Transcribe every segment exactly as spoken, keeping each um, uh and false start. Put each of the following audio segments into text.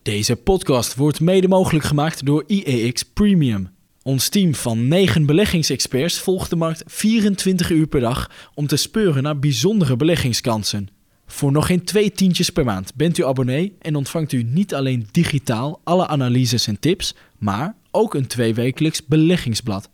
Deze podcast wordt mede mogelijk gemaakt door I E X Premium. Ons team van negen beleggingsexperts volgt de markt vierentwintig uur per dag om te speuren naar bijzondere beleggingskansen. Voor nog geen twee tientjes per maand bent u abonnee en ontvangt u niet alleen digitaal alle analyses en tips, maar ook een tweewekelijks beleggingsblad.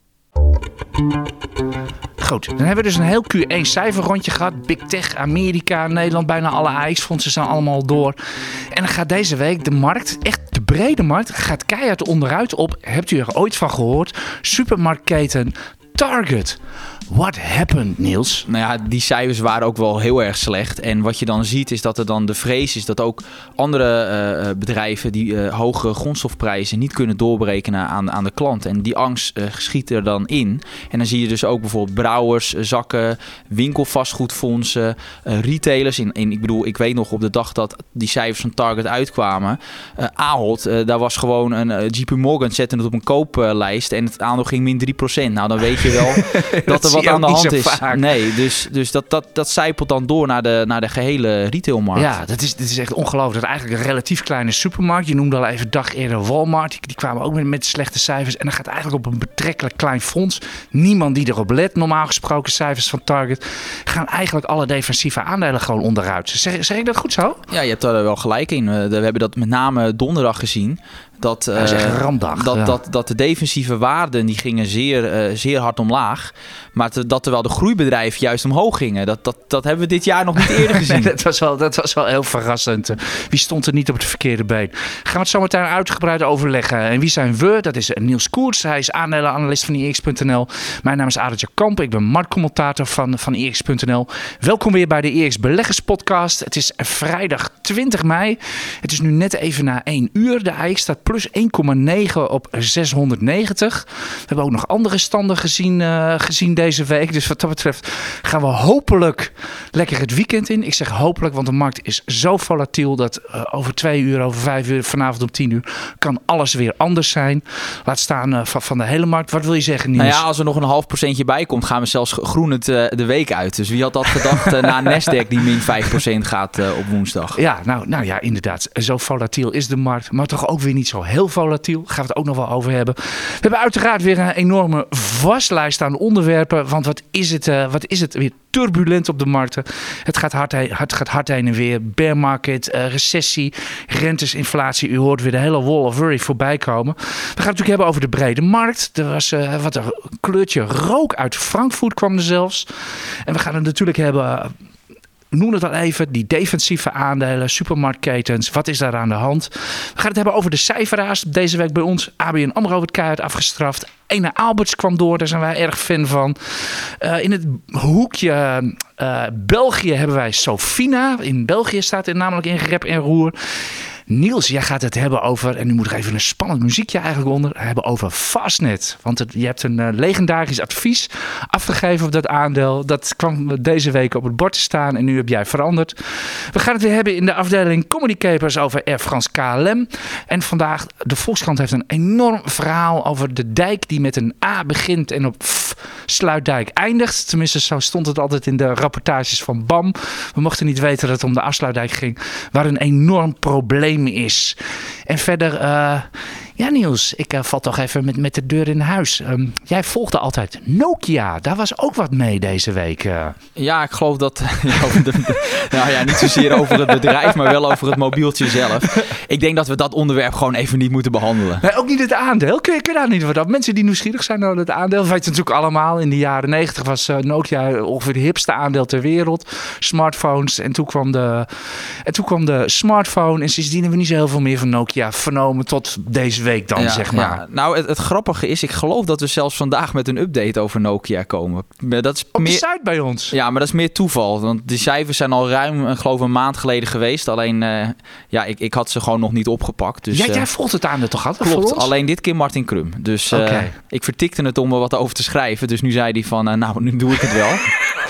Goed, dan hebben we dus een heel Q één cijferrondje gehad. Big Tech, Amerika, Nederland, bijna alle A X-fondsen zijn allemaal door. En dan gaat deze week de markt, echt de brede markt, gaat keihard onderuit op. Hebt u er ooit van gehoord? Supermarktketen Target. What happened, Niels? Nou ja, die cijfers waren ook wel heel erg slecht. En wat je dan ziet is dat er dan de vrees is dat ook andere uh, bedrijven die uh, hoge grondstofprijzen niet kunnen doorberekenen aan, aan de klant. En die angst uh, schiet er dan in. En dan zie je dus ook bijvoorbeeld brouwers, zakken, winkelvastgoedfondsen, uh, retailers. In, in, ik bedoel, ik weet nog op de dag dat die cijfers van Target uitkwamen. Uh, Ahold, uh, daar was gewoon een uh, J P Morgan zette het op een kooplijst en het aandeel ging min drie procent. Nou, dan weet je wel dat er wat aan de hand is. Vaak. Nee, dus, dus dat, dat, dat zijpelt dan door naar de, naar de gehele retailmarkt. Ja, dat is, dat is echt ongelooflijk. Dat is eigenlijk een relatief kleine supermarkt. Je noemde al even dag eerder Walmart. Die, die kwamen ook met, met slechte cijfers. En dan gaat eigenlijk op een betrekkelijk klein fonds. Niemand die erop let. Normaal gesproken cijfers van Target. Gaan eigenlijk alle defensieve aandelen gewoon onderuit. Zeg, zeg ik dat goed zo? Ja, je hebt daar wel gelijk in. We hebben dat met name donderdag gezien. Dat, uh, dat is echt een rampdag. Dat, ja. dat, dat de defensieve waarden die gingen zeer, uh, zeer hard omlaag. Maar te, dat terwijl de groeibedrijven juist omhoog gingen. Dat, dat, dat hebben we dit jaar nog niet eerder gezien. Nee, dat, was wel, dat was wel heel verrassend. Wie stond er niet op het verkeerde been? Gaan we het zo meteen uitgebreid overleggen. En wie zijn we? Dat is Niels Koerts. Hij is aandelenanalist van I E X punt N L. Mijn naam is Adertje Kamp. Ik ben marktcommentator van, van I E X punt N L. Welkom weer bij de I E X Beleggers Podcast. Het is vrijdag twintig mei. Het is nu net even na één uur. De A X staat plus één komma negen op zeshonderdnegentig. We hebben ook nog andere standen gezien, uh, gezien deze week. Dus wat dat betreft gaan we hopelijk lekker het weekend in. Ik zeg hopelijk, want de markt is zo volatiel dat uh, over twee uur, over vijf uur, vanavond om tien uur kan alles weer anders zijn. Laat staan uh, van, van de hele markt. Wat wil je zeggen, Niels? Nou ja, als er nog een half procentje bij komt, gaan we zelfs groenend uh, de week uit. Dus wie had dat gedacht uh, na Nasdaq die min vijf procent gaat uh, op woensdag? Ja, nou, nou ja, inderdaad. Zo volatiel is de markt, maar toch ook weer niet zo heel volatiel. Gaan we het ook nog wel over hebben. We hebben uiteraard weer een enorme vastlijst aan onderwerpen. Want wat is het, uh, wat is het weer turbulent op de markten. Het gaat hard, het gaat hard heen en weer. Bear market, uh, recessie, rentes, inflatie. U hoort weer de hele wall of worry voorbij komen. We gaan het natuurlijk hebben over de brede markt. Er was uh, wat een kleurtje rook uit Frankfurt kwam er zelfs. En we gaan het natuurlijk hebben... Uh, Noem het al even, die defensieve aandelen, supermarktketens. Wat is daar aan de hand? We gaan het hebben over de cijferaars. Deze week bij ons A B N AMRO wordt keihard afgestraft. Ene Alberts kwam door, daar zijn wij erg fan van. Uh, in het hoekje uh, België hebben wij Sofina. In België staat er namelijk in rep en roer. Niels, jij gaat het hebben over, en nu moet ik even een spannend muziekje eigenlijk onder, hebben over Fastnet. Want het, je hebt een uh, legendarisch advies afgegeven op dat aandeel. Dat kwam deze week op het bord te staan en nu heb jij veranderd. We gaan het weer hebben in de afdeling Comedy Capers over Air France K L M. En vandaag, de Volkskrant heeft een enorm verhaal over de dijk die met een A begint en op F Sluitdijk eindigt. Tenminste, zo stond het altijd in de rapportages van B A M. We mochten niet weten dat het om de Afsluitdijk ging, waar een enorm probleem is. En verder, uh, ja Niels, ik uh, val toch even met, met de deur in huis. Um, jij volgde altijd Nokia. Daar was ook wat mee deze week. Uh. Ja, ik geloof dat... over de, nou ja, niet zozeer over het bedrijf, maar wel over het mobieltje zelf. Ik denk dat we dat onderwerp gewoon even niet moeten behandelen. Nee, ook niet het aandeel. Kun je, kun je daar niet wat op? Mensen die nieuwsgierig zijn naar het aandeel. We weten natuurlijk allemaal, in de jaren negentig was uh, Nokia ongeveer de hipste aandeel ter wereld. Smartphones. En toen kwam de, en toen kwam de smartphone. En sindsdien hebben we niet zo heel veel meer van Nokia vernomen tot deze week dan, ja, zeg maar. Ja. Nou, het, het grappige is, ik geloof dat we zelfs vandaag met een update over Nokia komen. Dat is op meer... de site bij ons. Ja, maar dat is meer toeval. Want die cijfers zijn al ruim, ik geloof een maand geleden geweest. Alleen, uh, ja, ik, ik had ze gewoon nog niet opgepakt. Dus, ja, jij uh, volgt het aan toch altijd klopt, voor ons? alleen dit keer Martin Krum. Dus uh, okay. Ik vertikte het om er wat over te schrijven. Dus nu zei hij van, uh, nou, nu doe ik het wel.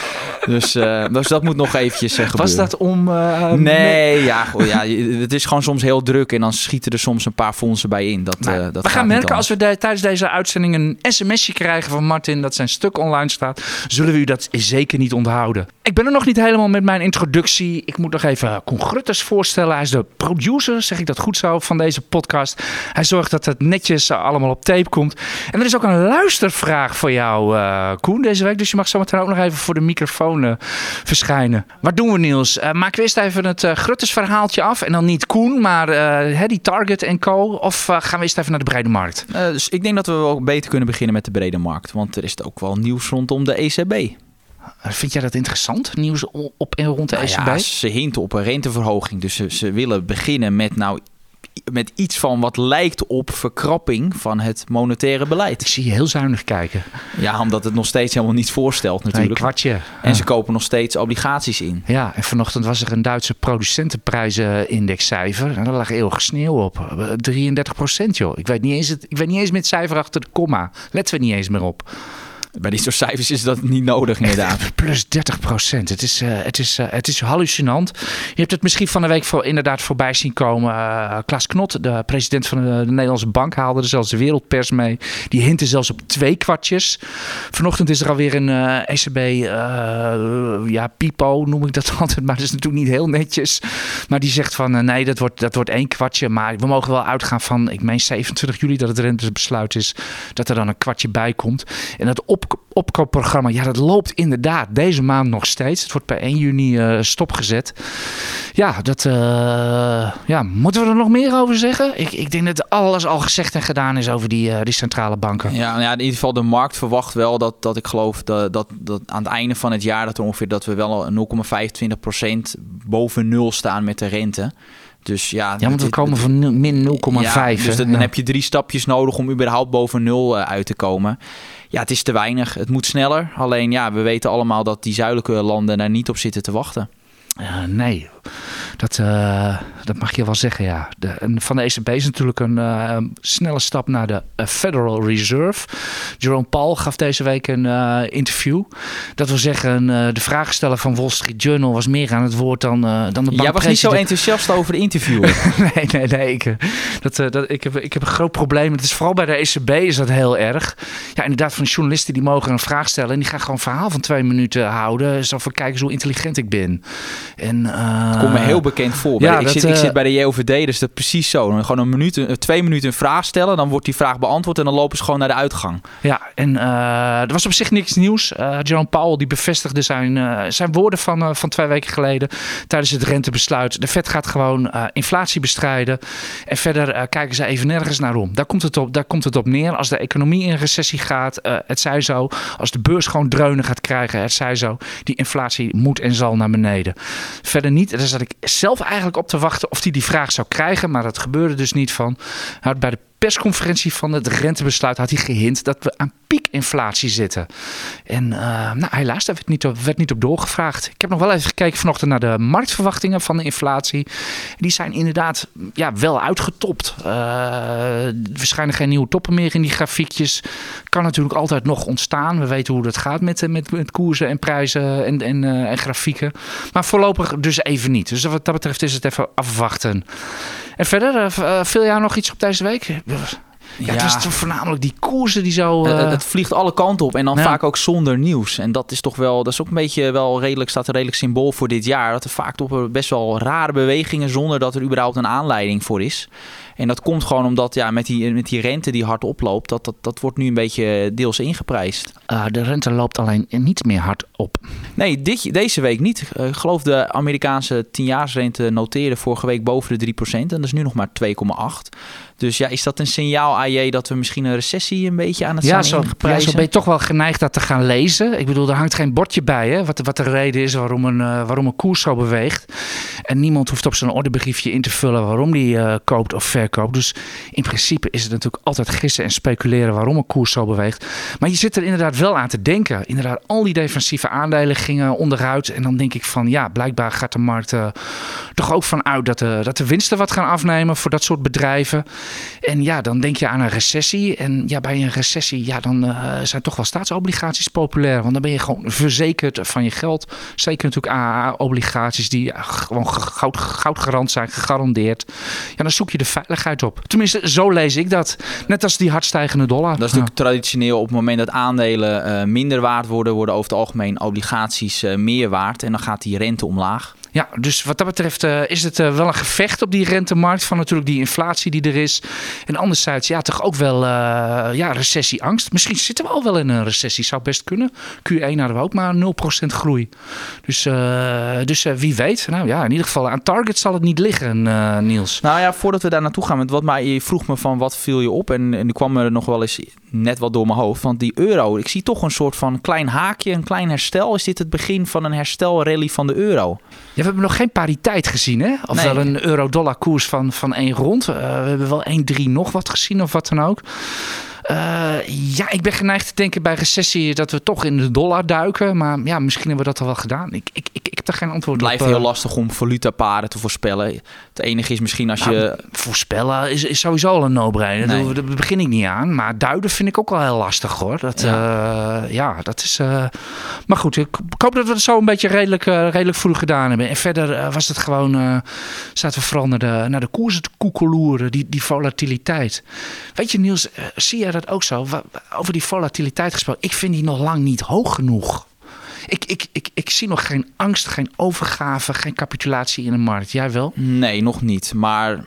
Dus, uh, dus dat moet nog eventjes uh, gebeuren. Was dat om... Uh, nee, met... ja, goh, ja, het is gewoon soms heel druk en dan schieten er soms een paar fondsen bij in. Dat, nou, uh, dat we gaan merken als we de, tijdens deze uitzending een sms'je krijgen van Martin dat zijn stuk online staat, zullen we u dat zeker niet onthouden. Ik ben er nog niet helemaal met mijn introductie. Ik moet nog even Koen Grutters voorstellen. Hij is de producer, zeg ik dat goed zo, van deze podcast. Hij zorgt dat het netjes allemaal op tape komt. En er is ook een luistervraag voor jou, uh, Koen, deze week. Dus je mag zo meteen ook nog even voor de microfoon uh, verschijnen. Wat doen we, Niels? Uh, maken we eerst even het uh, Grutters verhaaltje af. En dan niet Koen, maar uh, die Target en Co. Of uh, gaan we eerst even naar de brede markt? Uh, dus ik denk dat we wel beter kunnen beginnen met de brede markt. Want er is ook wel nieuws rondom de E C B. Vind jij dat interessant, nieuws op en rond de nou E C B? Ja, ze hinten op een renteverhoging. Dus ze, ze willen beginnen met, nou, met iets van wat lijkt op verkrapping van het monetaire beleid. Ik zie je heel zuinig kijken. Ja, omdat het nog steeds helemaal niets voorstelt natuurlijk. Nee, kwartje. En ja. ze kopen nog steeds obligaties in. Ja, en vanochtend was er een Duitse producentenprijzenindexcijfer. En daar lag eeuwige sneeuw op. drieëndertig procent, joh. Ik weet niet eens, het, ik weet niet eens met het cijfer achter de komma. Letten we niet eens meer op. Bij dit soort cijfers is dat niet nodig inderdaad. Plus dertig procent. Het is, uh, het, is, uh, het is hallucinant. Je hebt het misschien van de week voor, inderdaad voorbij zien komen. Uh, Klaas Knot, de president van de, de Nederlandse Bank, haalde er zelfs de wereldpers mee. Die hinten zelfs op twee kwartjes. Vanochtend is er alweer een uh, E C B, uh, ja, pipo noem ik dat altijd. Maar dat is natuurlijk niet heel netjes. Maar die zegt van, uh, nee, dat wordt, dat wordt één kwartje. Maar we mogen wel uitgaan van, ik meen zevenentwintig juli dat het rentebesluit is. Dat er dan een kwartje bij komt. En dat op opkoopprogramma, ja, dat loopt inderdaad deze maand nog steeds. Het wordt per één juni uh, stopgezet. Ja, dat, uh, ja, moeten we er nog meer over zeggen? Ik, ik denk dat alles al gezegd en gedaan is over die, uh, die centrale banken. Ja, nou ja, in ieder geval de markt verwacht wel dat, dat ik geloof dat, dat, dat aan het einde van het jaar dat er ongeveer dat we wel nul komma vijfentwintig procent boven nul staan met de rente. Dus ja, ja, want we komen van min nul komma vijf. Ja, dus dan, ja. dan heb je drie stapjes nodig om überhaupt boven nul uh, uit te komen. Ja, het is te weinig. Het moet sneller. Alleen ja, we weten allemaal dat die zuidelijke landen daar niet op zitten te wachten. Uh, nee, dat, uh, dat mag je wel zeggen, ja. De, en van de E C B is natuurlijk een uh, snelle stap naar de uh, Federal Reserve. Jerome Powell gaf deze week een uh, interview. Dat wil zeggen, uh, de vraagsteller van Wall Street Journal was meer aan het woord dan, uh, dan de bankpresident. Jij was niet zo enthousiast over de interview. nee, nee, nee. Ik, dat, uh, dat, ik, heb, ik heb een groot probleem. Het is vooral bij de E C B is dat heel erg. Ja, inderdaad, van de journalisten die mogen een vraag stellen. En die gaan gewoon een verhaal van twee minuten houden. Zo van, kijk eens hoe intelligent ik ben. En, uh, het komt me heel bekend voor. Ja, ik, dat, zit, uh, ik zit bij de J O V D, dus dat is precies zo. Dan gewoon een minuut, een, twee minuten een vraag stellen. Dan wordt die vraag beantwoord en dan lopen ze gewoon naar de uitgang. Ja, en uh, er was op zich niks nieuws. Uh, Jerome Powell die bevestigde zijn, uh, zijn woorden van, uh, van twee weken geleden tijdens het rentebesluit. De Fed gaat gewoon uh, inflatie bestrijden. En verder uh, kijken ze even nergens naar om. Daar komt het op, daar komt het op neer. Als de economie in recessie gaat, uh, het zij zo. Als de beurs gewoon dreunen gaat krijgen, het zij zo. Die inflatie moet en zal naar beneden. Verder niet. Daar zat ik zelf eigenlijk op te wachten of hij die vraag zou krijgen. Maar dat gebeurde dus niet van. Hij had bij de persconferentie van het rentebesluit had hij gehint dat we aan piekinflatie zitten. En uh, nou, helaas, daar werd niet, op, werd niet op doorgevraagd. Ik heb nog wel even gekeken vanochtend naar de marktverwachtingen van de inflatie. Die zijn inderdaad ja, wel uitgetopt. Uh, er verschijnen geen nieuwe toppen meer in die grafiekjes. Kan natuurlijk altijd nog ontstaan. We weten hoe dat gaat met, met, met koersen en prijzen en, en, uh, en grafieken. Maar voorlopig dus even niet. Dus wat dat betreft is het even afwachten. En verder, uh, viel jou nog iets op deze week? Ja, ja, het was toch voornamelijk die koersen die zo... Uh... Het, het vliegt alle kanten op en dan ja. vaak ook zonder nieuws. En dat is toch wel, dat is ook een beetje wel redelijk, staat een redelijk symbool voor dit jaar. Dat er vaak toch best wel rare bewegingen zonder dat er überhaupt een aanleiding voor is. En dat komt gewoon omdat ja, met, die, met die rente die hard oploopt, dat, dat, dat wordt nu een beetje deels ingeprijsd. Uh, de rente loopt alleen niet meer hard op. Nee, dit, deze week niet. Uh, ik geloof de Amerikaanse tienjaarsrente noteerde vorige week boven de drie procent. En dat is nu nog maar twee komma acht. Dus ja, is dat een signaal, A J, dat we misschien een recessie een beetje aan het ja, zijn ingeprijzen? Ja, zo ben je toch wel geneigd dat te gaan lezen. Ik bedoel, er hangt geen bordje bij, hè, wat, wat de reden is waarom een, uh, waarom een koers zo beweegt. En niemand hoeft op zijn ordebriefje in te vullen waarom die uh, koopt of verkoopt. verkoop. Dus in principe is het natuurlijk altijd gissen en speculeren waarom een koers zo beweegt. Maar je zit er inderdaad wel aan te denken. Inderdaad, al die defensieve aandelen gingen onderuit. En dan denk ik van ja, blijkbaar gaat de markt uh, toch ook van uit dat de, dat de winsten wat gaan afnemen voor dat soort bedrijven. En ja, dan denk je aan een recessie. En ja, bij een recessie, ja, dan uh, zijn toch wel staatsobligaties populair. Want dan ben je gewoon verzekerd van je geld. Zeker natuurlijk A A-obligaties die gewoon goud, goudgarant zijn, gegarandeerd. Ja, dan zoek je de veiligheid op. Tenminste, zo lees ik dat. Net als die hard stijgende dollar. Dat is natuurlijk ja. traditioneel op het moment dat aandelen uh, minder waard worden, worden over het algemeen obligaties uh, meer waard. En dan gaat die rente omlaag. Ja, dus wat dat betreft uh, is het uh, wel een gevecht op die rentemarkt van natuurlijk die inflatie die er is. En anderzijds, ja, toch ook wel uh, ja, recessieangst. Misschien zitten we al wel in een recessie, zou best kunnen. Q één hadden we ook maar nul procent groei. Dus, uh, dus uh, wie weet. Nou ja, in ieder geval aan target zal het niet liggen, uh, Niels. Nou ja, voordat we daar naartoe gaan, want wat mij, je vroeg me van wat viel je op en, en nu kwam er nog wel eens net wat door mijn hoofd. Want die euro, ik zie toch een soort van klein haakje, een klein herstel. Is dit het begin van een herstelrally van de euro? Ja, we hebben nog geen pariteit gezien, hè? Of nee. wel een euro-dollar koers van, van één rond. Uh, we hebben wel één komma drie nog wat gezien of wat dan ook. Uh, ja, ik ben geneigd te denken bij recessie dat we toch in de dollar duiken. Maar ja, misschien hebben we dat al wel gedaan. Ik, ik, ik, ik heb daar geen antwoord op. Het blijft heel lastig om valutaparen te voorspellen. Het enige is misschien als nou, je... Voorspellen is, is sowieso al een no-brainer. Nee. Daar, daar begin ik niet aan. Maar duiden vind ik ook wel heel lastig, hoor. Dat, ja. Uh, ja, dat is... Uh... Maar goed, ik, ik hoop dat we het zo een beetje redelijk, uh, redelijk vroeg gedaan hebben. En verder uh, was het gewoon... Uh, zaten we vooral naar de, naar de koersen te koekeloeren. Die, die volatiliteit. Weet je, Niels, uh, zie jij dat ook zo? Over die volatiliteit gesproken. Ik vind die nog lang niet hoog genoeg. Ik, ik, ik, ik zie nog geen angst, geen overgave, geen capitulatie in de markt. Jij wel? Nee, nog niet. Maar...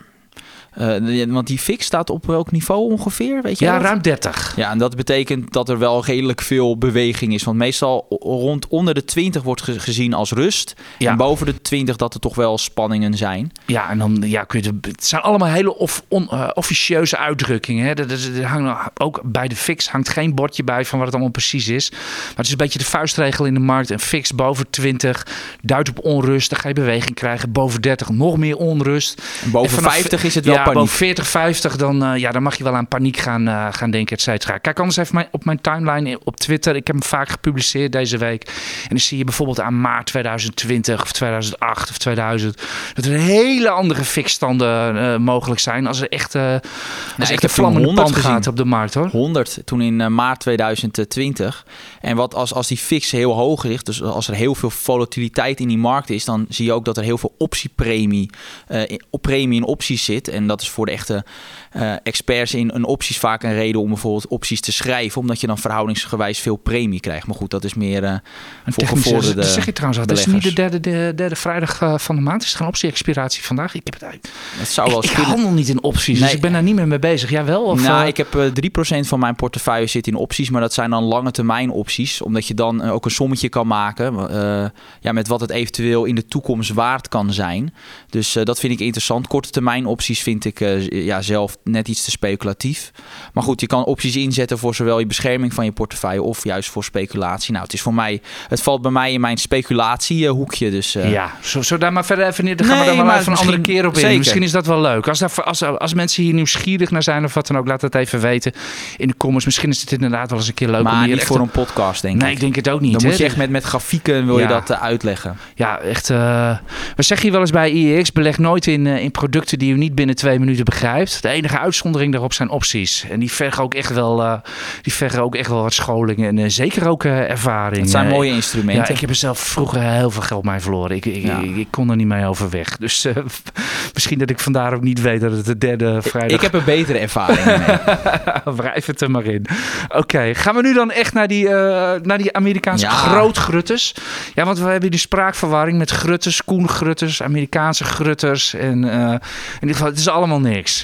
Uh, want die fix staat op welk niveau ongeveer? Weet je ja, dat? ruim dertig. Ja, en dat betekent dat er wel redelijk veel beweging is. Want meestal rond onder de twintig wordt ge- gezien als rust. Ja. En boven de twintig dat er toch wel spanningen zijn. Ja, en dan ja, kun je de, het zijn allemaal hele of, on, uh, officieuze uitdrukkingen. Hè. Er, er, er hangt ook bij de fix hangt geen bordje bij van wat het allemaal precies is. Maar het is een beetje de vuistregel in de markt. Een fix boven twintig duidt op onrust. Dan ga je beweging krijgen. Boven dertig nog meer onrust. En boven en vanaf, vijftig is het wel ja, paniek. Boven veertig, vijftig, dan, uh, ja, dan mag je wel aan paniek gaan, uh, gaan denken, et cetera. Kijk anders even mijn, op mijn timeline op Twitter. Ik heb hem vaak gepubliceerd deze week. En dan zie je bijvoorbeeld aan maart tweeduizend twintig of tweeduizend acht of tweeduizend... dat er hele andere fixstanden uh, mogelijk zijn als er echt, uh, als nou, echt een vlammende pan gaat op de markt, hoor. honderd toen in uh, maart tweeduizend twintig. En wat als, als die fix heel hoog ligt, dus als er heel veel volatiliteit in die markt is, dan zie je ook dat er heel veel optiepremie, uh, op premie in opties zit. En dat is voor de echte uh, experts in een opties vaak een reden om bijvoorbeeld opties te schrijven, omdat je dan verhoudingsgewijs veel premie krijgt. Maar goed, dat is meer uh, voor gevorderde Dat zeg je trouwens al. Dat is niet de derde, de derde vrijdag uh, van de maand. Het is geen optie-expiratie vandaag. Ik heb het uit. Dat zou wel ik, ik handel niet in opties, nee. Dus ik ben daar niet meer mee bezig. Jij wel? Of, nou, uh... ik heb uh, drie procent van mijn portefeuille zit in opties, maar dat zijn dan lange termijn opties, omdat je dan uh, ook een sommetje kan maken uh, ja, met wat het eventueel in de toekomst waard kan zijn. Dus uh, dat vind ik interessant. Korte termijn opties vind ik uh, ja, zelf net iets te speculatief. Maar goed, je kan opties inzetten voor zowel je bescherming van je portefeuille of juist voor speculatie. Nou, het is voor mij, het valt bij mij in mijn speculatiehoekje. Dus, uh... ja, zo, zo daar maar verder even in. Dan gaan nee, we daar maar even een andere keer op in. Zeker. Misschien is dat wel leuk. Als, daar, als, als mensen hier nieuwsgierig naar zijn of wat dan ook, laat het even weten in de comments. Misschien is het inderdaad wel eens een keer leuk. Maar om hier niet echt voor een podcast, denk ik. Nee, ik denk het ook niet. Dan hè? moet je echt met, met grafieken wil ja. je dat uh, uitleggen. Ja, echt. Uh, we zeggen hier wel eens bij I E X, beleg nooit in, uh, in producten die u niet binnen twee minuten begrijpt. De enige uitzondering daarop zijn opties. En die vergen ook echt wel, uh, die vergen ook echt wel wat scholing en uh, zeker ook uh, ervaring. Het zijn uh, mooie instrumenten. Ja, ik heb er zelf vroeger heel veel geld mee verloren. Ik, ik, ja. ik, ik kon er niet mee overweg. Dus uh, misschien dat ik vandaar ook niet weet dat het de derde vrijdag... Ik heb een betere ervaring mee. Wrijf het er maar in. Oké, okay, gaan we nu dan echt naar die, uh, naar die Amerikaanse ja. grootgrutters? Ja, want we hebben die spraakverwarring met grutters, Koen Grutters, Amerikaanse grutters. En uh, in ieder geval, het is allemaal niks.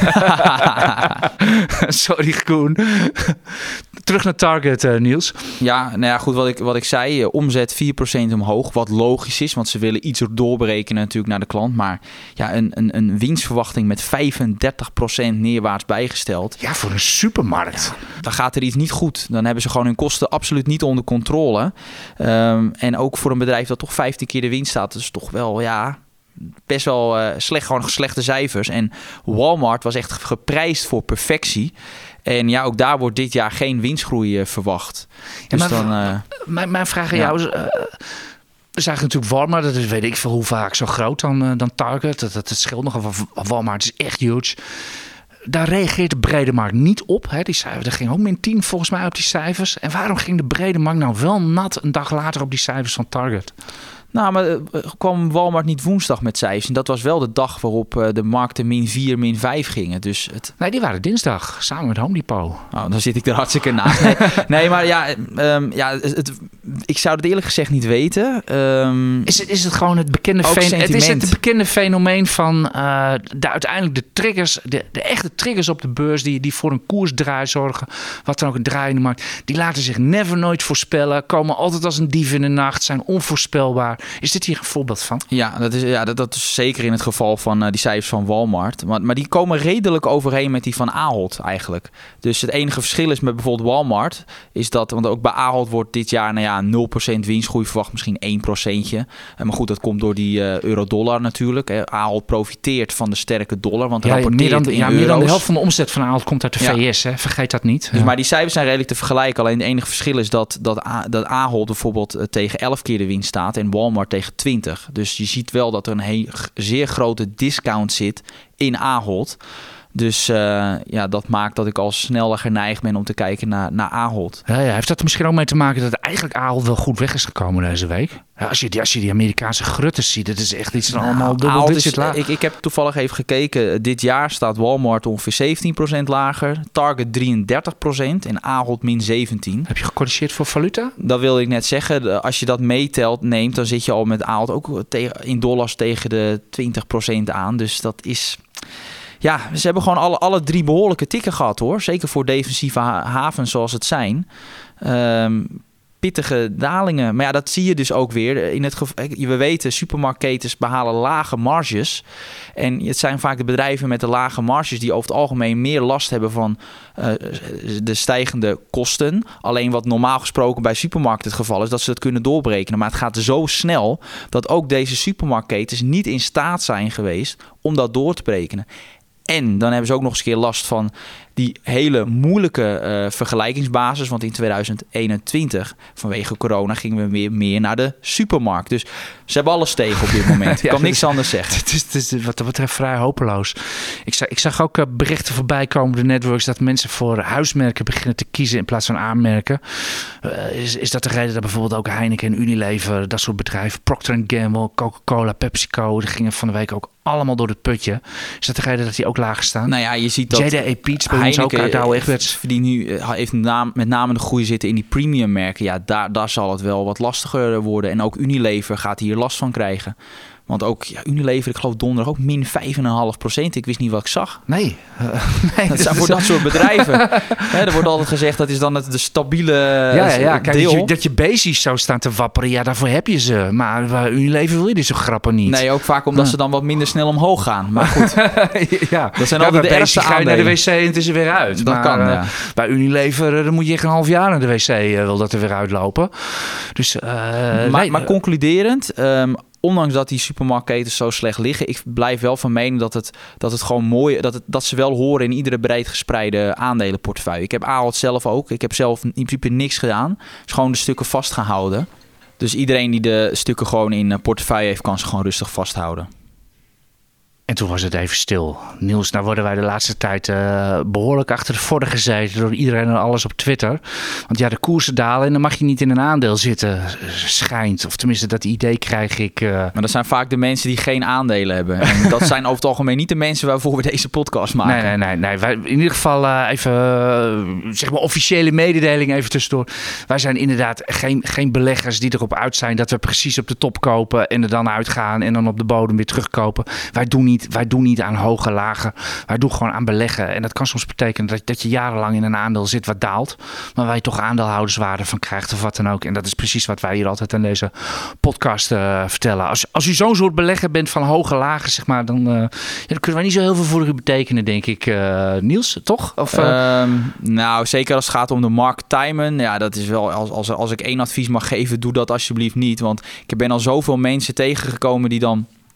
Sorry, Koen. Terug naar Target, uh, Niels. Ja, nou ja, goed, wat ik, wat ik zei. Uh, omzet vier procent omhoog, wat logisch is, want ze willen iets doorberekenen natuurlijk naar de klant. Maar ja, een, een, een winstverwachting met vijfendertig procent neerwaarts bijgesteld. Ja, voor een supermarkt. Ja, dan gaat er iets niet goed. Dan hebben ze gewoon hun kosten absoluut niet onder controle. Um, en ook voor een bedrijf dat toch vijftien keer de winst staat, is toch wel, ja... best wel uh, slecht, gewoon slechte cijfers. En Walmart was echt geprijsd voor perfectie. En ja, ook daar wordt dit jaar geen winstgroei uh, verwacht. Dus ja, maar, dan, uh, mijn, mijn vraag aan ja. jou is... Uh, we zagen natuurlijk Walmart, dat is weet ik veel hoe vaak zo groot dan, uh, dan Target. Dat, dat, dat scheelt nog. Walmart is echt huge. Daar reageert de brede markt niet op. Hè. Die cijfers, er ging ook min tien volgens mij op die cijfers. En waarom ging de brede markt nou wel nat een dag later op die cijfers van Target? Nou, maar uh, kwam Walmart niet woensdag met cijfers. En dat was wel de dag waarop uh, de markten min vier, min vijf gingen. Dus het... Nee, die waren dinsdag, samen met Home Depot. Oh, dan zit ik er hartstikke naast. Nee, nee maar ja, um, ja het, het, ik zou het eerlijk gezegd niet weten. Um, is, het, is het gewoon het bekende, fen- het is het bekende fenomeen van uh, de, uiteindelijk de triggers, de, de echte triggers op de beurs die, die voor een koersdraai zorgen, wat dan ook een draai in de markt, die laten zich never nooit voorspellen, komen altijd als een dief in de nacht, zijn onvoorspelbaar. Is dit hier een voorbeeld van? Ja, dat is, ja, dat, dat is zeker in het geval van uh, die cijfers van Walmart. Maar, maar die komen redelijk overeen met die van Ahold eigenlijk. Dus het enige verschil is met bijvoorbeeld Walmart, is dat, want ook bij Ahold wordt dit jaar nou ja, nul procent winstgroei verwacht, misschien één procentje. Uh, maar goed, dat komt door die uh, euro-dollar natuurlijk. Hè. Ahold profiteert van de sterke dollar, want ja, rapporteert meer dan de, in ja, euro's. meer dan de helft van de omzet van Ahold komt uit de ja. V S, hè? Vergeet dat niet. Dus, ja. Maar die cijfers zijn redelijk te vergelijken. Alleen het enige verschil is dat, dat, dat Ahold bijvoorbeeld uh, tegen elf keer de winst staat en Walmart tegen twintig. Dus je ziet wel dat er een heel, zeer grote discount zit in Ahold. Dus uh, ja, dat maakt dat ik al sneller geneigd ben om te kijken naar, naar Ahold. Ja, ja. Heeft dat er misschien ook mee te maken dat eigenlijk Ahold wel goed weg is gekomen deze week? Ja, als, je die, als je die Amerikaanse grutters ziet, dat is echt iets van nou, allemaal dubbel digit laag. Ik, ik heb toevallig even gekeken. Dit jaar staat Walmart ongeveer zeventien procent lager. Target drieëndertig procent en Ahold min zeventien. Heb je gecorrigeerd voor valuta? Dat wilde ik net zeggen. Als je dat meetelt, neemt, dan zit je al met Ahold ook tegen, in dollars tegen de twintig procent aan. Dus dat is... Ja, ze hebben gewoon alle, alle drie behoorlijke tikken gehad hoor. Zeker voor defensieve ha- havens zoals het zijn. Um, pittige dalingen. Maar ja, dat zie je dus ook weer. In het gev- we weten, supermarktketens behalen lage marges. En het zijn vaak de bedrijven met de lage marges die over het algemeen meer last hebben van uh, de stijgende kosten. Alleen wat normaal gesproken bij supermarkten het geval is, dat ze het kunnen doorberekenen. Maar het gaat zo snel dat ook deze supermarktketens niet in staat zijn geweest om dat door te berekenen. En dan hebben ze ook nog eens een keer last van die hele moeilijke uh, vergelijkingsbasis. Want in tweeduizend eenentwintig, vanwege corona, gingen we weer meer naar de supermarkt. Dus ze hebben alles tegen op dit moment. Ik ja, kan niks is, anders zeggen. Het is, het is wat dat betreft vrij hopeloos. Ik zag, ik zag ook uh, berichten voorbij komen op de networks dat mensen voor huismerken beginnen te kiezen in plaats van aanmerken. Uh, is, is dat de reden dat bijvoorbeeld ook Heineken en Unilever, dat soort bedrijven, Procter and Gamble, Coca-Cola, PepsiCo, die gingen van de week ook allemaal door het putje. Is dat de reden dat die ook lager staan? Nou ja, je ziet dat J D A Peet's bij ons ook uit Douwe Egberts. Die nu heeft naam, met name de groei zitten in die premium merken. Ja, daar, daar zal het wel wat lastiger worden. En ook Unilever gaat hier last van krijgen. Want ook ja, Unilever, ik geloof donderdag ook min vijf komma vijf procent. Ik wist niet wat ik zag. Nee. Uh, nee dat zijn voor dat soort bedrijven. He, er wordt altijd gezegd dat is dan het de stabiele ja, ja, ja. Kijk, deel. Dat je, dat je basis zou staan te wapperen, ja, daarvoor heb je ze. Maar bij Unilever wil je die zo grappen niet. Nee, ook vaak omdat uh. ze dan wat minder snel omhoog gaan. Maar goed, ja. dat zijn ja, altijd de ergste aandelen. Ga je naar de wc en het is er weer uit. Dat maar, kan, ja. Uh, bij Unilever dan moet je echt een half jaar naar de wc uh, wil dat er weer uitlopen. Dus, uh, maar, nee, maar concluderend... Um, Ondanks dat die supermarktketens zo slecht liggen, ik blijf wel van mening dat het, dat het gewoon mooi dat, het, dat ze wel horen in iedere breed gespreide aandelenportefeuille. Ik heb Ahold zelf ook. Ik heb zelf in principe niks gedaan. Dus gewoon de stukken vastgehouden. Dus iedereen die de stukken gewoon in portefeuille heeft, kan ze gewoon rustig vasthouden. En toen was het even stil. Niels, nou worden wij de laatste tijd uh, behoorlijk achter de vorden gezeten door iedereen en alles op Twitter. Want ja, de koersen dalen en dan mag je niet in een aandeel zitten, schijnt. Of tenminste, dat idee krijg ik. Uh... Maar dat zijn vaak de mensen die geen aandelen hebben. En dat zijn over het algemeen niet de mensen waarvoor we deze podcast maken. Nee, nee, nee. nee. Wij, in ieder geval uh, even, uh, zeg maar officiële mededeling even tussendoor. Wij zijn inderdaad geen, geen beleggers die erop uit zijn dat we precies op de top kopen en er dan uitgaan en dan op de bodem weer terugkopen. Wij doen niet Wij doen niet aan hoge lagen. Wij doen gewoon aan beleggen. En dat kan soms betekenen dat, dat je jarenlang in een aandeel zit wat daalt. Maar waar je toch aandeelhouderswaarde van krijgt of wat dan ook. En dat is precies wat wij hier altijd in deze podcast uh, vertellen. Als, als u zo'n soort belegger bent van hoge lagen, zeg maar, dan, uh, ja, dan kunnen wij niet zo heel veel voor u betekenen, denk ik. Uh, Niels, toch? Of, uh... um, nou, zeker als het gaat om de markt timen. Ja, dat is wel, als, als, als ik één advies mag geven, doe dat alsjeblieft niet. Want ik ben al zoveel mensen tegengekomen die dan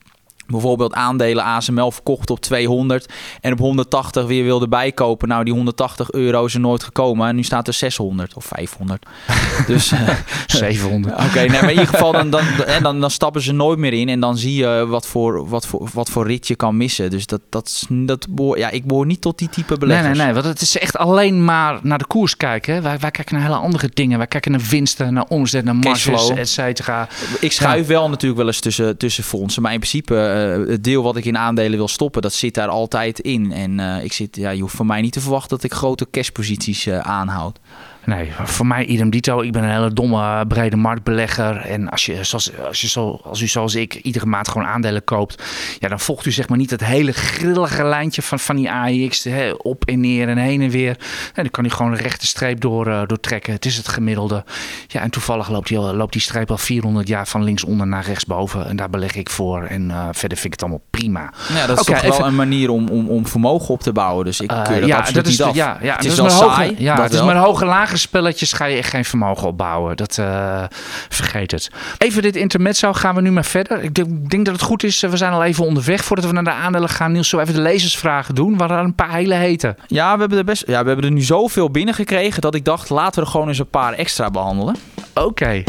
bijvoorbeeld aandelen A S M L verkocht op tweehonderd en op honderdtachtig weer wilde bijkopen. Nou, die honderdtachtig euro is er nooit gekomen. En nu staat er zeshonderd of vijfhonderd. Dus, uh, zevenhonderd. Oké, okay, nee, maar in ieder geval dan, dan, dan, dan stappen ze nooit meer in. En dan zie je wat voor, wat voor, wat voor rit je kan missen. Dus dat, dat, dat behoor, ja, ik behoor niet tot die type beleggers. Nee, nee, nee. Want het is echt alleen maar naar de koers kijken. Wij, wij kijken naar hele andere dingen. Wij kijken naar winsten, naar omzet, naar marges, et cetera. Ik schuif ja. wel natuurlijk wel eens tussen, tussen fondsen. Maar in principe... Uh, het deel wat ik in aandelen wil stoppen, dat zit daar altijd in. En uh, ik zit, ja, je hoeft van mij niet te verwachten dat ik grote cashposities uh, aanhoud. Nee, voor mij idem dito. Ik ben een hele domme, brede marktbelegger. En als je, zoals, als, je zo, als u zoals ik iedere maand gewoon aandelen koopt... ja, dan volgt u zeg maar niet het hele grillige lijntje van, van die A E X... Hè, op en neer en heen en weer. En dan kan u gewoon een rechte streep door, uh, doortrekken. Het is het gemiddelde. Ja, en toevallig loopt die, loopt die streep al vierhonderd jaar van linksonder naar rechtsboven. En daar beleg ik voor. En uh, verder vind ik het allemaal prima. Ja, dat is okay, toch wel even... een manier om, om, om vermogen op te bouwen. Dus ik keur dat uh, ja, absoluut dat is, niet af. Ja, ja, het is wel mijn saai. Hoge, ja, het is mijn hoge lage spelletjes ga je echt geen vermogen opbouwen. Dat uh, vergeet het. Even dit intermezzo gaan we nu maar verder. Ik denk, denk dat het goed is. We zijn al even onderweg. Voordat we naar de aandelen gaan, Niels, zo even de lezersvragen doen. We hadden er een paar hele hete. Ja, we hebben er best. Ja, we hebben er nu zoveel binnengekregen dat ik dacht, laten we er gewoon eens een paar extra behandelen. Oké. Okay.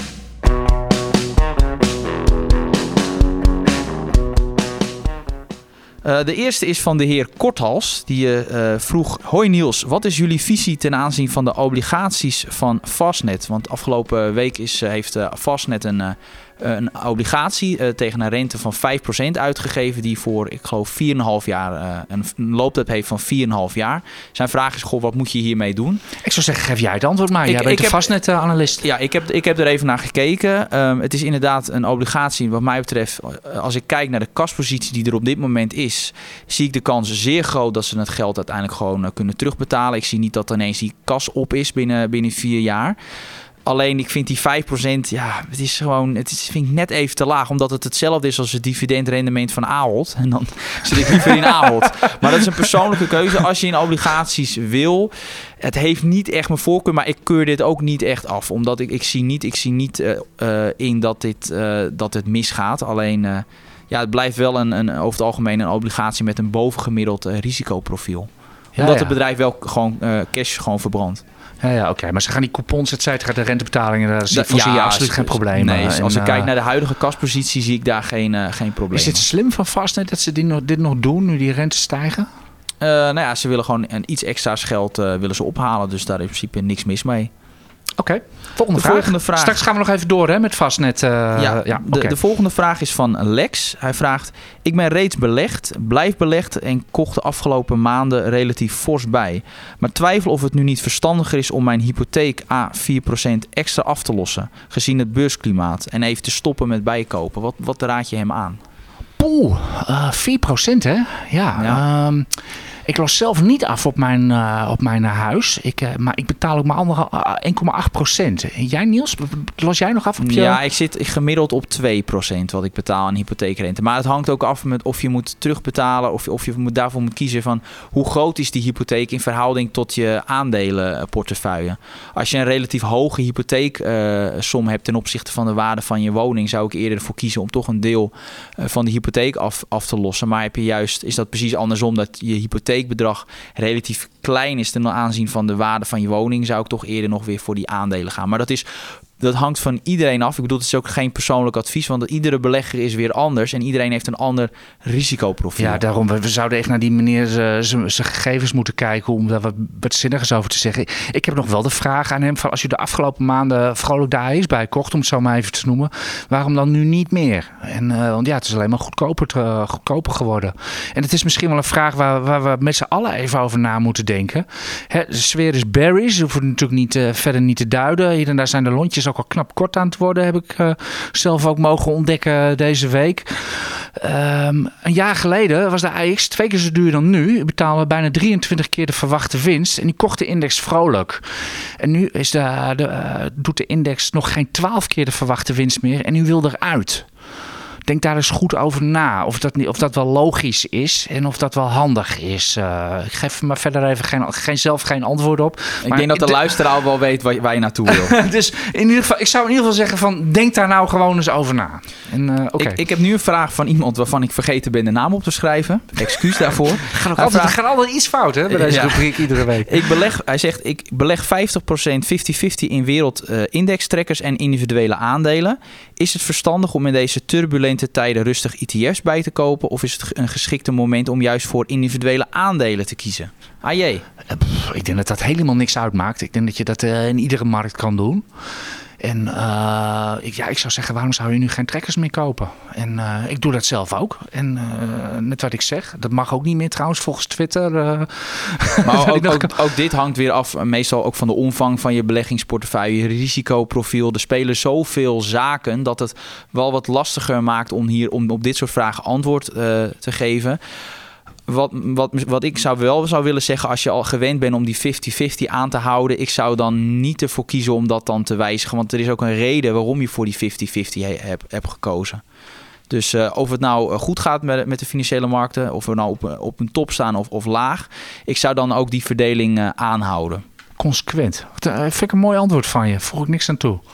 Uh, de eerste is van de heer Korthals. Die uh, vroeg... Hoi Niels, wat is jullie visie ten aanzien van de obligaties van Fastnet? Want afgelopen week is, uh, heeft uh, Fastnet een... Uh, een obligatie uh, tegen een rente van vijf procent uitgegeven... die voor, ik geloof, vier komma vijf jaar uh, een, een looptijd heeft van vier komma vijf jaar. Zijn vraag is, goh, wat moet je hiermee doen? Ik zou zeggen, geef jij het antwoord maar. Jij bent de Fastnet-analyst. Ja, ik heb, ik heb er even naar gekeken. Um, het is inderdaad een obligatie, wat mij betreft... als ik kijk naar de kaspositie die er op dit moment is... zie ik de kans zeer groot dat ze het geld uiteindelijk gewoon uh, kunnen terugbetalen. Ik zie niet dat ineens die kas op is binnen, binnen vier jaar... Alleen ik vind die vijf procent, ja, het is gewoon, het is, vind ik net even te laag. Omdat het hetzelfde is als het dividendrendement van Ahold. En dan zit ik liever in Ahold. Maar dat is een persoonlijke keuze. Als je in obligaties wil, het heeft niet echt mijn voorkeur. Maar ik keur dit ook niet echt af. Omdat ik, ik zie niet, ik zie niet uh, uh, in dat, dit, uh, dat het misgaat. Alleen, uh, ja, het blijft wel een, een, over het algemeen een obligatie met een bovengemiddeld uh, risicoprofiel. Ja, omdat ja. het bedrijf wel gewoon uh, cash gewoon verbrandt. Ja, ja oké. Okay. Maar ze gaan die coupons, et cetera, de rentebetalingen, daar zie je ja, absoluut geen probleem. Nee, en, als ik uh, kijk naar de huidige kaspositie, zie ik daar geen, uh, geen probleem. Is het slim van Fastnet dat ze dit nog, dit nog doen, nu die rentes stijgen? Uh, nou ja, ze willen gewoon een iets extra's geld uh, willen ze ophalen. Dus daar is in principe niks mis mee. Oké, okay. volgende, volgende vraag. Straks gaan we nog even door hè, met Fastnet. Uh, ja, ja de, okay. de volgende vraag is van Lex. Hij vraagt, ik ben reeds belegd, blijf belegd en kocht de afgelopen maanden relatief fors bij. Maar twijfel of het nu niet verstandiger is om mijn hypotheek à vier procent extra af te lossen, gezien het beursklimaat, en even te stoppen met bijkopen. Wat, wat raad je hem aan? Oeh, uh, vier procent hè? Ja, ja. Um, ik los zelf niet af op mijn, uh, op mijn huis. Ik, uh, maar ik betaal ook maar één komma acht procent. Jij Niels, los jij nog af op je... Ja, ik zit gemiddeld op twee procent wat ik betaal aan hypotheekrente. Maar het hangt ook af met of je moet terugbetalen... of, of je moet, daarvoor moet kiezen van hoe groot is die hypotheek... in verhouding tot je aandelenportefeuille. Als je een relatief hoge hypotheeksom uh, hebt... ten opzichte van de waarde van je woning... zou ik eerder ervoor kiezen om toch een deel uh, van de hypotheek af, af te lossen. Maar heb je juist, is dat precies andersom... dat je hypotheek bedrag relatief klein is ten aanzien van de waarde van je woning, zou ik toch eerder nog weer voor die aandelen gaan. Maar dat is Dat hangt van iedereen af. Ik bedoel, het is ook geen persoonlijk advies, want iedere belegger is weer anders en iedereen heeft een ander risicoprofiel. Ja, daarom, we, we zouden echt naar die meneer zijn gegevens moeten kijken om daar wat, wat zinnigs over te zeggen. Ik heb nog wel de vraag aan hem van, als je de afgelopen maanden vrolijk de A E X bij kocht, om het zo maar even te noemen, waarom dan nu niet meer? En, uh, want ja, het is alleen maar goedkoper, te, goedkoper geworden. En het is misschien wel een vraag waar, waar we met z'n allen even over na moeten denken. Hè, de sfeer is berries, hoeven we natuurlijk niet, uh, verder niet te duiden. Hier en daar zijn de lontjes ook al knap kort aan het worden, heb ik uh, zelf ook mogen ontdekken deze week. Um, een jaar geleden was de A E X twee keer zo duur dan nu. We betalen bijna drieëntwintig keer de verwachte winst. En die kocht de index vrolijk. En nu is de, de, uh, doet de index nog geen twaalf keer de verwachte winst meer. En nu wil eruit. denk daar eens goed over na. Of dat, niet, of dat wel logisch is en of dat wel handig is. Uh, ik geef me verder even geen, geen, zelf geen antwoord op. Ik maar denk dat de, de luisteraar wel weet waar, waar je naartoe wil. Dus in ieder geval, ik zou in ieder geval zeggen van denk daar nou gewoon eens over na. En, uh, okay. ik, ik heb nu een vraag van iemand waarvan ik vergeten ben de naam op te schrijven. Excuus daarvoor. Gaat ook altijd, vraagt, gaat altijd iets fout hè, bij deze ja. rubriek iedere week. Ik beleg, hij zegt, ik beleg vijftig procent vijftig vijftig in wereldindextrekkers uh, en individuele aandelen. Is het verstandig om in deze turbulente tijden rustig E T F's bij te kopen? Of is het een geschikte moment om juist voor individuele aandelen te kiezen? Ah jee. Ik denk dat dat helemaal niks uitmaakt. Ik denk dat je dat uh, in iedere markt kan doen. En uh, ik, ja, ik zou zeggen, waarom zou je nu geen trekkers meer kopen? En uh, ik doe dat zelf ook. En uh, net wat ik zeg, dat mag ook niet meer trouwens volgens Twitter. Uh, maar ook, ook, ook dit hangt weer af, meestal ook van de omvang van je beleggingsportefeuille, je risicoprofiel. Er spelen zoveel zaken dat het wel wat lastiger maakt om hier om op dit soort vragen antwoord uh, te geven. Wat, wat, wat ik zou wel zou willen zeggen, als je al gewend bent om die vijftig vijftig aan te houden, ik zou dan niet ervoor kiezen om dat dan te wijzigen. Want er is ook een reden waarom je voor die vijftig vijftig hebt heb gekozen. Dus uh, of het nou goed gaat met, met de financiële markten, of we nou op, op een top staan of, of laag, ik zou dan ook die verdeling uh, aanhouden. Consequent. Dat vind ik een mooi antwoord van je. Voeg ik niks aan toe.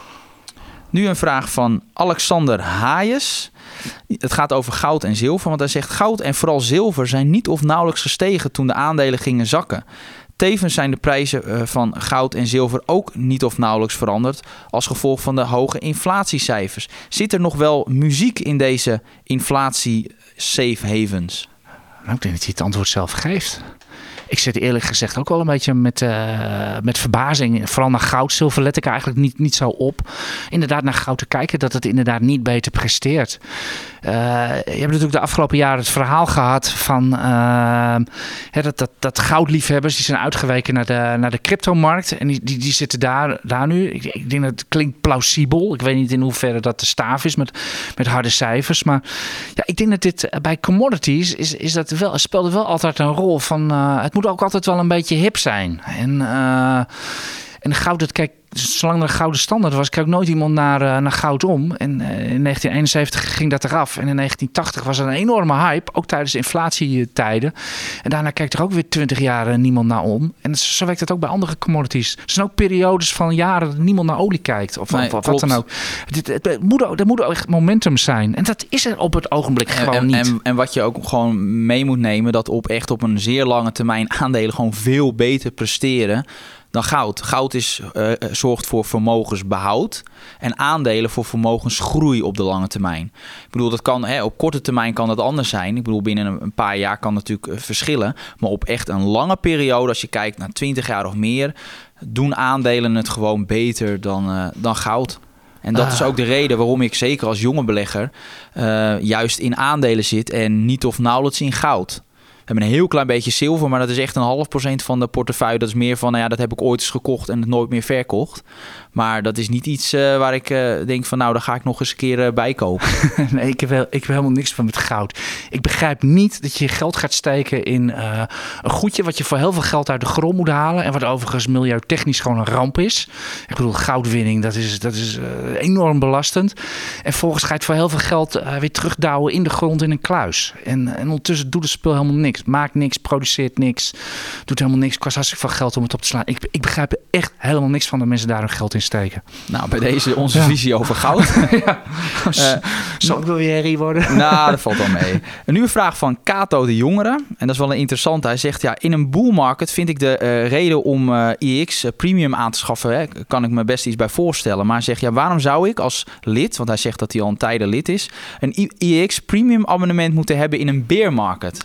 Nu een vraag van Alexander Hayes. Het gaat over goud en zilver. Want hij zegt goud en vooral zilver zijn niet of nauwelijks gestegen toen de aandelen gingen zakken. Tevens zijn de prijzen van goud en zilver ook niet of nauwelijks veranderd als gevolg van de hoge inflatiecijfers. Zit er nog wel muziek in deze inflatie-safe havens? Nou, ik denk dat hij het antwoord zelf geeft. Ik zit eerlijk gezegd ook wel een beetje met, uh, met verbazing. Vooral naar goud. Zilver let ik eigenlijk niet, niet zo op. Inderdaad naar goud te kijken dat het inderdaad niet beter presteert. Uh, je hebt natuurlijk de afgelopen jaren het verhaal gehad van uh, dat, dat, dat goudliefhebbers die zijn uitgeweken naar de, naar de cryptomarkt. En die, die, die zitten daar, daar nu. Ik, ik denk dat het klinkt plausibel. Ik weet niet in hoeverre dat de staaf is met, met harde cijfers. Maar ja, ik denk dat dit bij commodities is, is dat wel, speelde wel altijd een rol van uh, het moet ook altijd wel een beetje hip zijn. En, uh, en goud, dat kijk, zolang er een gouden standaard was, kijkt nooit iemand naar, uh, naar goud om. En uh, in negentien eenenzeventig ging dat eraf. En in negentien tachtig was er een enorme hype, ook tijdens inflatietijden. En daarna kijkt er ook weer twintig jaar uh, niemand naar om. En zo werkt het ook bij andere commodities. Er zijn ook periodes van jaren dat niemand naar olie kijkt. Of, nee, of wat dan ook. Het, het, het moet, er moet ook echt momentum zijn. En dat is er op het ogenblik gewoon en, niet. En, en wat je ook gewoon mee moet nemen, dat op echt op een zeer lange termijn aandelen gewoon veel beter presteren dan goud. Goud is, uh, zorgt voor vermogensbehoud en aandelen voor vermogensgroei op de lange termijn. Ik bedoel, dat kan, hè, op korte termijn kan dat anders zijn. Ik bedoel, binnen een paar jaar kan het natuurlijk uh, verschillen. Maar op echt een lange periode, als je kijkt naar twintig jaar of meer, doen aandelen het gewoon beter dan, uh, dan goud. En dat ah. is ook de reden waarom ik zeker als jonge belegger uh, juist in aandelen zit en niet of nauwelijks in goud. We hebben een heel klein beetje zilver, maar dat is echt een half procent van de portefeuille. Dat is meer van, nou ja, dat heb ik ooit eens gekocht en het nooit meer verkocht. Maar dat is niet iets uh, waar ik uh, denk van, nou, daar ga ik nog eens een keer uh, bij kopen. Nee, ik heb, wel, ik heb helemaal niks van met goud. Ik begrijp niet dat je geld gaat steken in uh, een goedje wat je voor heel veel geld uit de grond moet halen. En wat overigens milieutechnisch gewoon een ramp is. Ik bedoel, goudwinning, dat is, dat is uh, enorm belastend. En volgens ga je het voor heel veel geld uh, weer terugdouwen in de grond in een kluis. En, en ondertussen doet het spul helemaal niks. Maakt niks, produceert niks, doet helemaal niks. Kost hartstikke veel geld om het op te slaan. Ik, ik begrijp er echt helemaal niks van dat mensen daar hun geld in steken. Nou, bij deze onze ja. visie over goud. ja. uh, Zal ik wel weer herrie worden? Nou, dat valt wel mee. Een nieuwe vraag van Kato de Jongere. En dat is wel een interessante. Hij zegt, ja, in een bull market vind ik de uh, reden om uh, I E X uh, Premium aan te schaffen, hè, kan ik me best iets bij voorstellen. Maar hij zegt, ja, waarom zou ik als lid, want hij zegt dat hij al een tijden lid is, een I E X Premium abonnement moeten hebben in een bear market?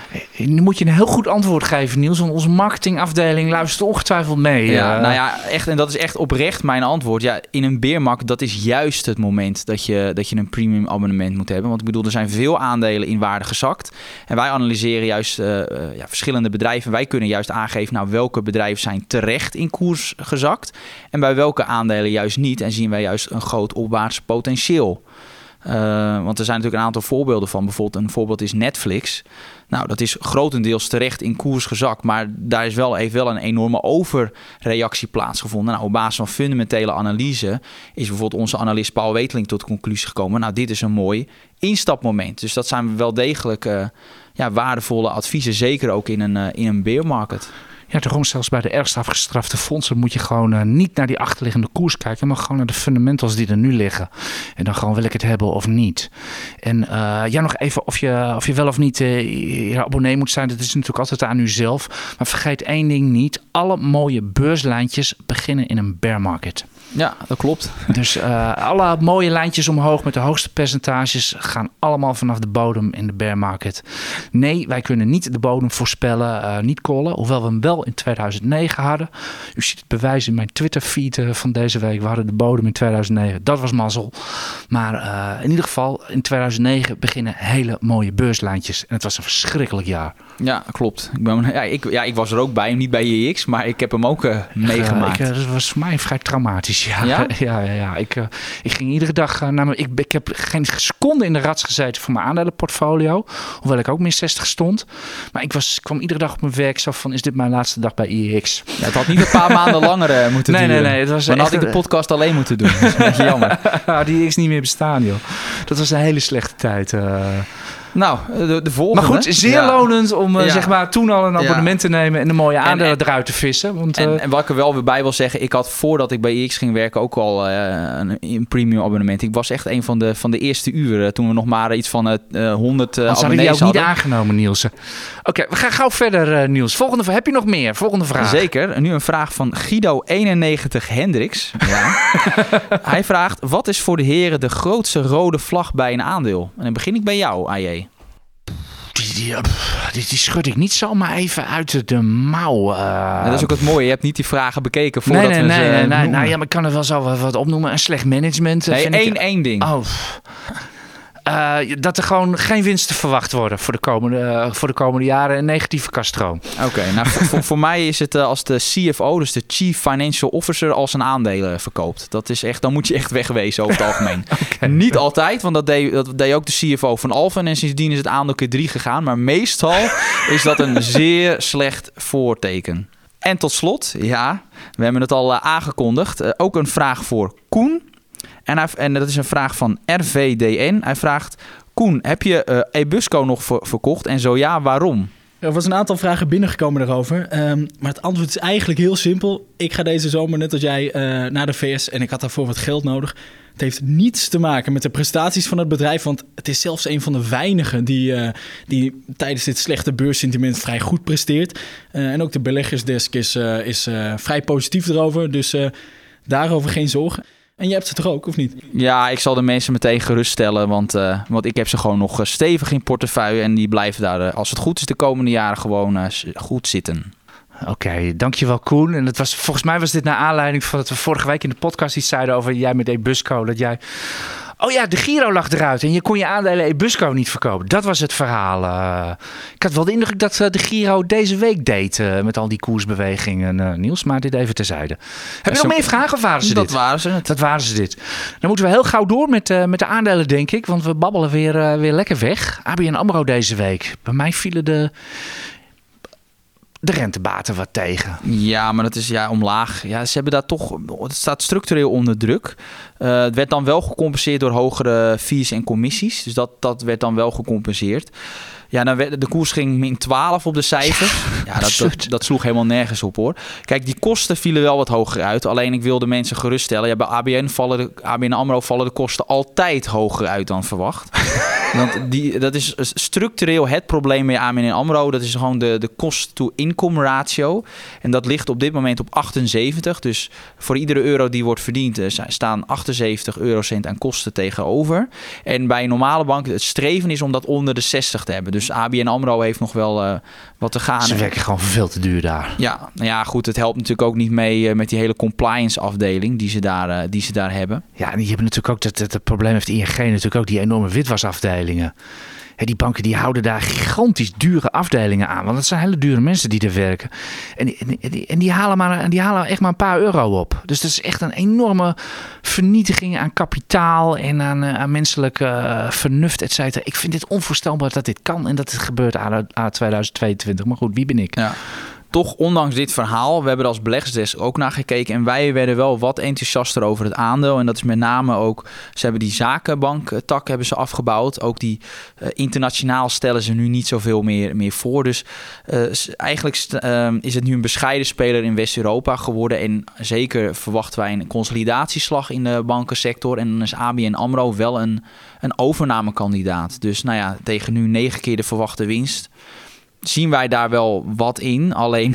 Nu moet je een heel goed antwoord geven, Niels. Want onze marketingafdeling luistert ongetwijfeld mee. Ja, uh, nou ja, echt, en dat is echt oprecht mijn antwoord. Ja, in een beermarkt, dat is juist het moment dat je, dat je een premium abonnement moet hebben. Want ik bedoel, er zijn veel aandelen in waarde gezakt. En wij analyseren juist uh, ja, verschillende bedrijven. Wij kunnen juist aangeven, nou, welke bedrijven zijn terecht in koers gezakt. En bij welke aandelen juist niet. En zien wij juist een groot opwaarts potentieel. Uh, want er zijn natuurlijk een aantal voorbeelden van. Bijvoorbeeld een voorbeeld is Netflix. Nou, dat is grotendeels terecht in koers gezakt. Maar daar is wel, heeft wel een enorme overreactie plaatsgevonden. Nou, op basis van fundamentele analyse is bijvoorbeeld onze analist Paul Weteling tot de conclusie gekomen. Nou, dit is een mooi instapmoment. Dus dat zijn wel degelijk uh, ja, waardevolle adviezen. Zeker ook in een, uh, in een bear market. Ja, daarom zelfs bij de ergst afgestrafte fondsen moet je gewoon uh, niet naar die achterliggende koers kijken, maar gewoon naar de fundamentals die er nu liggen. En dan gewoon wil ik het hebben of niet. En uh, ja, nog even of je, of je wel of niet uh, abonnee moet zijn. Dat is natuurlijk altijd aan u zelf. Maar vergeet één ding niet. Alle mooie beurslijntjes beginnen in een bear market. Ja, dat klopt. Dus uh, alle mooie lijntjes omhoog met de hoogste percentages gaan allemaal vanaf de bodem in de bear market. Nee, wij kunnen niet de bodem voorspellen, uh, niet callen. Hoewel we hem wel in tweeduizend negen hadden. U ziet het bewijs in mijn Twitter feed uh, van deze week. We hadden de bodem in tweeduizend negen. Dat was mazzel. Maar uh, in ieder geval in tweeduizend negen beginnen hele mooie beurslijntjes. En het was een verschrikkelijk jaar. Ja, klopt. Ik, ben, ja, ik, ja, ik was er ook bij, niet bij I E X, maar ik heb hem ook uh, meegemaakt. Uh, ik, uh, dat was voor mij vrij traumatisch. Ja, ja, ja, ja. ja. Ik, uh, ik ging iedere dag uh, naar mijn... Ik, ik heb geen seconde in de rats gezeten voor mijn aandelenportfolio. Hoewel ik ook min zestig stond. Maar ik, was, ik kwam iedere dag op mijn werk zo van, is dit mijn laatste dag bij I E X? Ja, het had niet een paar maanden langer uh, moeten nee, duren. Nee, nee, het was Dan had ik de podcast alleen moeten doen. Dat is een beetje jammer. Die I E X niet meer bestaan, joh. Dat was een hele slechte tijd. Uh... Nou, de, de volgende. Maar goed, zeer ja. lonend om uh, ja. zeg maar toen al een abonnement ja. te nemen en de mooie aandelen en, en, eruit te vissen. Want, en, uh, en wat ik er wel weer bij wil zeggen, ik had voordat ik bij I E X ging werken ook al uh, een, een premium abonnement. Ik was echt een van de, van de eerste uren toen we nog maar iets van uh, honderd uh, abonnees hadden. Dat had je ook niet aangenomen, Niels. Oké, okay, we gaan gauw verder, uh, Niels. Volgende, heb je nog meer? Volgende vraag. Zeker. Nu een vraag van Guido eenennegentig Hendricks. Ja. Hij vraagt, wat is voor de heren de grootste rode vlag bij een aandeel? En dan begin ik bij jou, A J. Die, die, die, die schud ik niet zomaar even uit de mouw. Uh... Ja, dat is ook het mooie. Je hebt niet die vragen bekeken voordat nee, nee, we nee, ze nee, nee, noemen. Nou ja, maar ik kan er wel zo wat, wat opnoemen. Een slecht management. Nee, vind één, ik... één ding. Oh, uh, dat er gewoon geen winsten verwacht worden voor de komende, uh, voor de komende jaren. Een negatieve kaststroom. Oké, okay, nou voor, voor mij is het uh, als de C F O, dus de Chief Financial Officer, als een aandelen verkoopt. Dat is echt, dan moet je echt wegwezen over het algemeen. Okay. Niet altijd, want dat deed, dat deed ook de C F O van Alphen en sindsdien is het aandeel keer drie gegaan. Maar meestal is dat een zeer slecht voorteken. En tot slot, ja, we hebben het al uh, aangekondigd, uh, ook een vraag voor Koen. En, hij, en dat is een vraag van R V D N. Hij vraagt, Koen, heb je uh, Ebusco nog ver, verkocht? En zo ja, waarom? Er was een aantal vragen binnengekomen daarover. Um, maar het antwoord is eigenlijk heel simpel. Ik ga deze zomer, net als jij, uh, naar de V S en ik had daarvoor wat geld nodig. Het heeft niets te maken met de prestaties van het bedrijf, want het is zelfs een van de weinigen die, uh, die tijdens dit slechte beurssentiment vrij goed presteert. Uh, en ook de beleggersdesk is, uh, is uh, vrij positief erover, dus uh, daarover geen zorgen. En je hebt ze toch ook, of niet? Ja, ik zal de mensen meteen geruststellen, want, uh, want ik heb ze gewoon nog stevig in portefeuille en die blijven daar, uh, als het goed is, de komende jaren gewoon uh, goed zitten. Oké, okay, dankjewel Koen. En het was, volgens mij was dit naar aanleiding van dat we vorige week in de podcast iets zeiden over jij met Ebusco, dat jij... Oh ja, de Giro lag eruit en je kon je aandelen Ebusco niet verkopen. Dat was het verhaal. Uh, ik had wel de indruk dat uh, de Giro deze week deed uh, met al die koersbewegingen, uh, Niels. Maar dit even terzijde. Heb je nog meer vragen of waren ze dat dit? Waren ze het. Dat waren ze dit. Dan moeten we heel gauw door met, uh, met de aandelen, denk ik. Want we babbelen weer, uh, weer lekker weg. A B N AMRO deze week. Bij mij vielen de... de rentebaten wat tegen. Ja, maar dat is ja omlaag. Ja, ze hebben daar toch... Het staat structureel onder druk. Uh, het werd dan wel gecompenseerd door hogere fees en commissies. Dus dat, dat werd dan wel gecompenseerd. Ja, dan werd, de koers ging min twaalf op de cijfers. Ja, ja dat, dat, dat sloeg helemaal nergens op, hoor. Kijk, die kosten vielen wel wat hoger uit. Alleen ik wilde mensen geruststellen. Ja, bij A B N, vallen de, A B N AMRO vallen de kosten altijd hoger uit dan verwacht. Want die, dat is structureel het probleem bij A B N AMRO. Dat is gewoon de, de cost-to-income ratio. En dat ligt op dit moment op achtenzeventig. Dus voor iedere euro die wordt verdiend staan achtenzeventig eurocent aan kosten tegenover. En bij een normale bank, het streven is om dat onder de zestig te hebben. Dus A B N AMRO heeft nog wel uh, wat te gaan. Ze werken gewoon veel te duur daar. Ja, nou ja, goed. Het helpt natuurlijk ook niet mee uh, met die hele compliance afdeling die ze daar, uh, die ze daar hebben. Ja, en die hebben natuurlijk ook, dat het probleem heeft I N G natuurlijk ook, die enorme witwasafdelingen. Ja, die banken die houden daar gigantisch dure afdelingen aan. Want het zijn hele dure mensen die er werken. En die, en die, en die, halen, maar, die halen echt maar een paar euro op. Dus dat is echt een enorme vernietiging aan kapitaal en aan, uh, aan menselijk uh, vernuft, et cetera. Ik vind dit onvoorstelbaar dat dit kan en dat het gebeurt aan, aan tweeduizend tweeëntwintig. Maar goed, wie ben ik? Ja. Toch, ondanks dit verhaal, we hebben er als beleggersdesk ook naar gekeken. En wij werden wel wat enthousiaster over het aandeel. En dat is met name ook, ze hebben die zakenbanktak hebben ze afgebouwd. Ook die uh, internationaal stellen ze nu niet zoveel meer, meer voor. Dus uh, eigenlijk uh, is het nu een bescheiden speler in West-Europa geworden. En zeker verwachten wij een consolidatieslag in de bankensector. En dan is A B N AMRO wel een, een overnamekandidaat. Dus nou ja, tegen nu negen keer de verwachte winst zien wij daar wel wat in. Alleen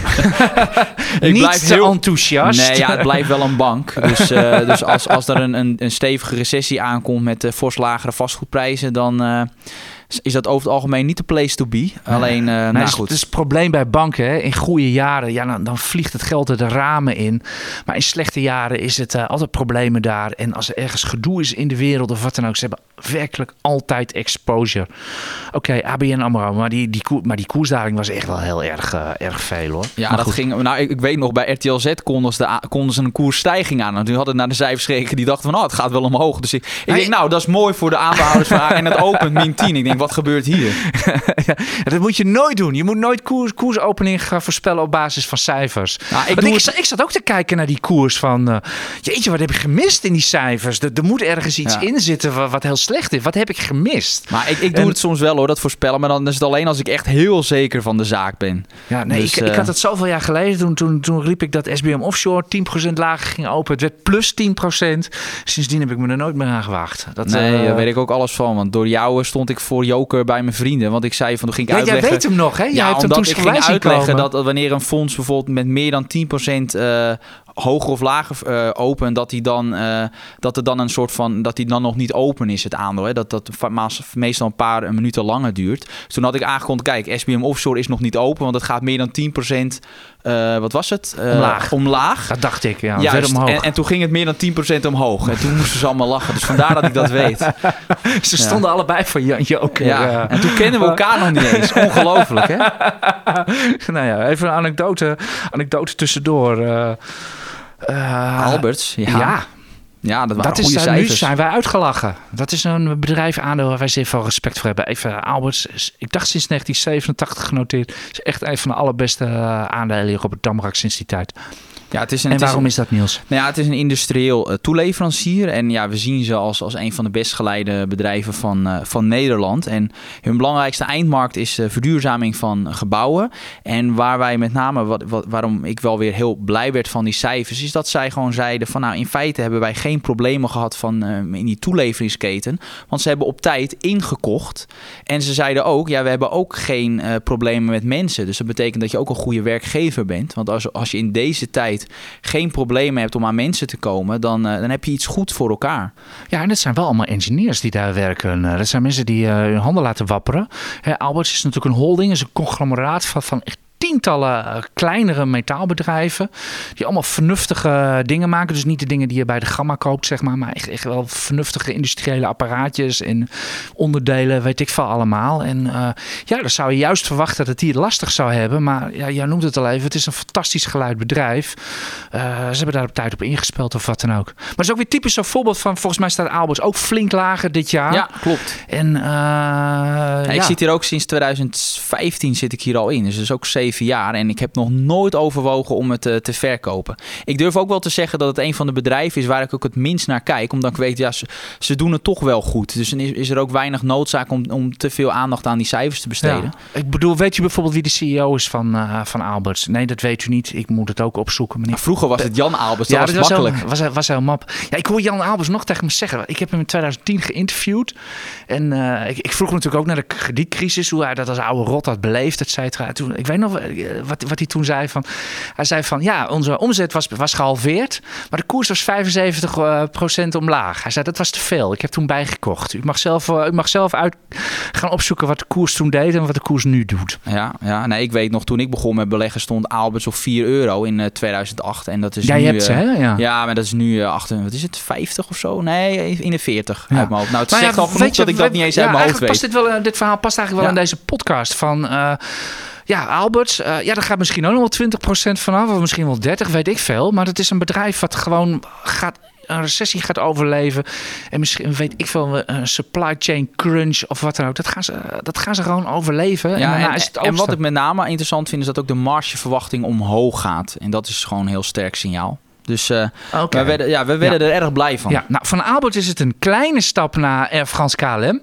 ik niet blijf te heel enthousiast. Nee, ja, het blijft wel een bank. Dus, uh, dus als, als er een, een, een stevige recessie aankomt met uh, fors lagere vastgoedprijzen, dan uh, is dat over het algemeen niet de place to be. Alleen, uh, nou, nou goed. Het is het probleem bij banken. Hè? In goede jaren, ja, dan, dan vliegt het geld er de ramen in. Maar in slechte jaren is het uh, altijd problemen daar. En als er ergens gedoe is in de wereld of wat dan ook, ze hebben werkelijk altijd exposure. Oké, okay, A B N AMRO, maar die, die, koer, maar die koersdaling was echt wel heel erg, uh, erg veel, hoor. Ja, maar dat goed. ging. Nou, ik, ik weet nog, bij R T L Z konden ze, de, konden ze een koersstijging aan. En toen hadden naar de cijfers gekeken, die dachten van, oh, het gaat wel omhoog. Dus ik, ik hey. denk, nou, dat is mooi voor de aandeelhouders van en het opent min tien. Ik denk, wat gebeurt hier? Ja, dat moet je nooit doen. Je moet nooit koers, koersopening gaan voorspellen op basis van cijfers. Nou, ik, ik, ik, het... ik zat ook te kijken naar die koers van, uh, jeetje, wat heb ik gemist in die cijfers? Er, er moet ergens iets ja. in zitten wat, wat heel slecht is. Wat heb ik gemist? Maar ik, ik doe en, het soms wel, hoor, dat voorspellen. Maar dan is het alleen als ik echt heel zeker van de zaak ben. Ja, nee, dus, ik, uh... ik had het zoveel jaar geleden. Toen, toen, toen riep ik dat S B M Offshore tien procent lager ging open. Het werd plus tien procent. Sindsdien heb ik me er nooit meer aan gewaagd. Dat, nee, uh, daar weet ik ook alles van. Want door jou stond ik voor joker bij mijn vrienden. Want ik zei van, toen ging ik ja, uitleggen. Jij weet hem nog, hè? Jij ja, hebt omdat hem toen ik ging uitleggen komen. dat, dat wanneer een fonds bijvoorbeeld met meer dan tien procent uh, hoger of lager uh, open, dat die dan uh, dat er dan een soort van dat die dan nog niet open is, het aandeel. Hè? Dat dat meestal een paar minuten langer duurt. Dus toen had ik aangekondigd, kijk, S B M Offshore is nog niet open, want het gaat meer dan tien procent. Uh, wat was het? Uh, omlaag. omlaag. Dat dacht ik, ja. Juist, omhoog. En, en toen ging het meer dan tien procent omhoog. En toen moesten ze allemaal lachen. Dus vandaar dat ik dat weet. Ze stonden ja. allebei voor Jan Joker. Ja. Uh, en toen kennen we elkaar nog niet eens. Ongelooflijk, hè? Nou ja, even een anekdote, anekdote tussendoor. Uh, uh, Alberts, ja. ja. Ja, dat waren dat goede is, cijfers. Nu zijn wij uitgelachen. Dat is een bedrijf aandeel waar wij zeer veel respect voor hebben. Even Alberts, ik dacht sinds negentien zevenentachtig genoteerd. Is echt een van de allerbeste aandelen hier op het Damrak sinds die tijd. Ja, het is een, en het waarom is, is dat, Niels? Nou ja, het is een industrieel uh, toeleverancier. En ja, we zien ze als, als een van de best geleide bedrijven van, uh, van Nederland. En hun belangrijkste eindmarkt is de verduurzaming van gebouwen. En waar wij met name, wat, wat, waarom ik wel weer heel blij werd van die cijfers, is dat zij gewoon zeiden van, nou, in feite hebben wij geen problemen gehad van, uh, in die toeleveringsketen. Want ze hebben op tijd ingekocht. En ze zeiden ook, ja, we hebben ook geen uh, problemen met mensen. Dus dat betekent dat je ook een goede werkgever bent. Want als, als je in deze tijd geen problemen hebt om aan mensen te komen, dan, uh, dan heb je iets goed voor elkaar. Ja, en dat zijn wel allemaal engineers die daar werken. Dat zijn mensen die uh, hun handen laten wapperen. He, Alberts is natuurlijk een holding, is een conglomeraat van, van echt tientallen kleinere metaalbedrijven die allemaal vernuftige dingen maken. Dus niet de dingen die je bij de Gamma koopt, zeg maar, maar echt, echt wel vernuftige industriële apparaatjes en onderdelen, weet ik veel allemaal. En uh, ja, dan zou je juist verwachten dat het hier lastig zou hebben. Maar ja, jij noemt het al even, het is een fantastisch geleid bedrijf. Uh, ze hebben daar op tijd op ingespeeld of wat dan ook. Maar het is ook weer typisch zo'n voorbeeld van, volgens mij staat Alberts ook flink lager dit jaar. Ja, klopt. En uh, ja, ik ja. zit hier ook sinds twintig vijftien zit ik hier al in. Dus dat is ook zeven jaar. En ik heb nog nooit overwogen om het uh, te verkopen. Ik durf ook wel te zeggen dat het een van de bedrijven is waar ik ook het minst naar kijk. Omdat ik weet, ja, ze, ze doen het toch wel goed. Dus is, is er ook weinig noodzaak om, om te veel aandacht aan die cijfers te besteden. Ja. Ik bedoel, weet u bijvoorbeeld wie de C E O is van, uh, van Alberts? Nee, dat weet u niet. Ik moet het ook opzoeken. Meneer. Vroeger was het Jan Alberts. Ja, dat was, dat was makkelijk. Heel, was, was heel map. Ja, ik hoor Jan Alberts nog tegen me zeggen. Ik heb hem in twintig tien geïnterviewd. En uh, ik, ik vroeg natuurlijk ook naar de kredietcrisis. Hoe hij dat als oude rot had beleefd, et cetera. Toen, ik weet nog, wat, wat hij toen zei. Van, hij zei van, ja, onze omzet was, was gehalveerd, maar de koers was vijfenzeventig procent omlaag. Hij zei, dat was te veel. Ik heb toen bijgekocht. U mag zelf, uh, u mag zelf uit gaan opzoeken wat de koers toen deed en wat de koers nu doet. Ja, ja nee, ik weet nog, toen ik begon met beleggen stond Aalberts op vier euro in uh, tweeduizend acht. En dat is Jij nu, hebt ze, uh, hè? Ja. ja, maar dat is nu uh, achter, wat is het, vijftig of zo? Nee, in de veertig ja. uit mijn hoofd. Nou, het maar zegt ja, al genoeg dat ik dat niet eens ja, uit mijn hoofd weet. Past dit, wel, dit verhaal past eigenlijk wel ja. in deze podcast van... Uh, Ja, Aalberts, uh, ja, daar gaat misschien ook nog wel twintig procent vanaf, of misschien wel dertig, weet ik veel. Maar het is een bedrijf wat gewoon gaat, een recessie gaat overleven. En misschien, weet ik veel, een supply chain crunch of wat dan ook. Dat gaan ze, dat gaan ze gewoon overleven. Ja, en, en, is het en wat ik met name interessant vind, is dat ook de margeverwachting omhoog gaat. En dat is gewoon een heel sterk signaal. Dus uh, okay. we werden, ja, we werden ja. er erg blij van. Ja, nou, van Aalberts is het een kleine stap naar Air France K L M.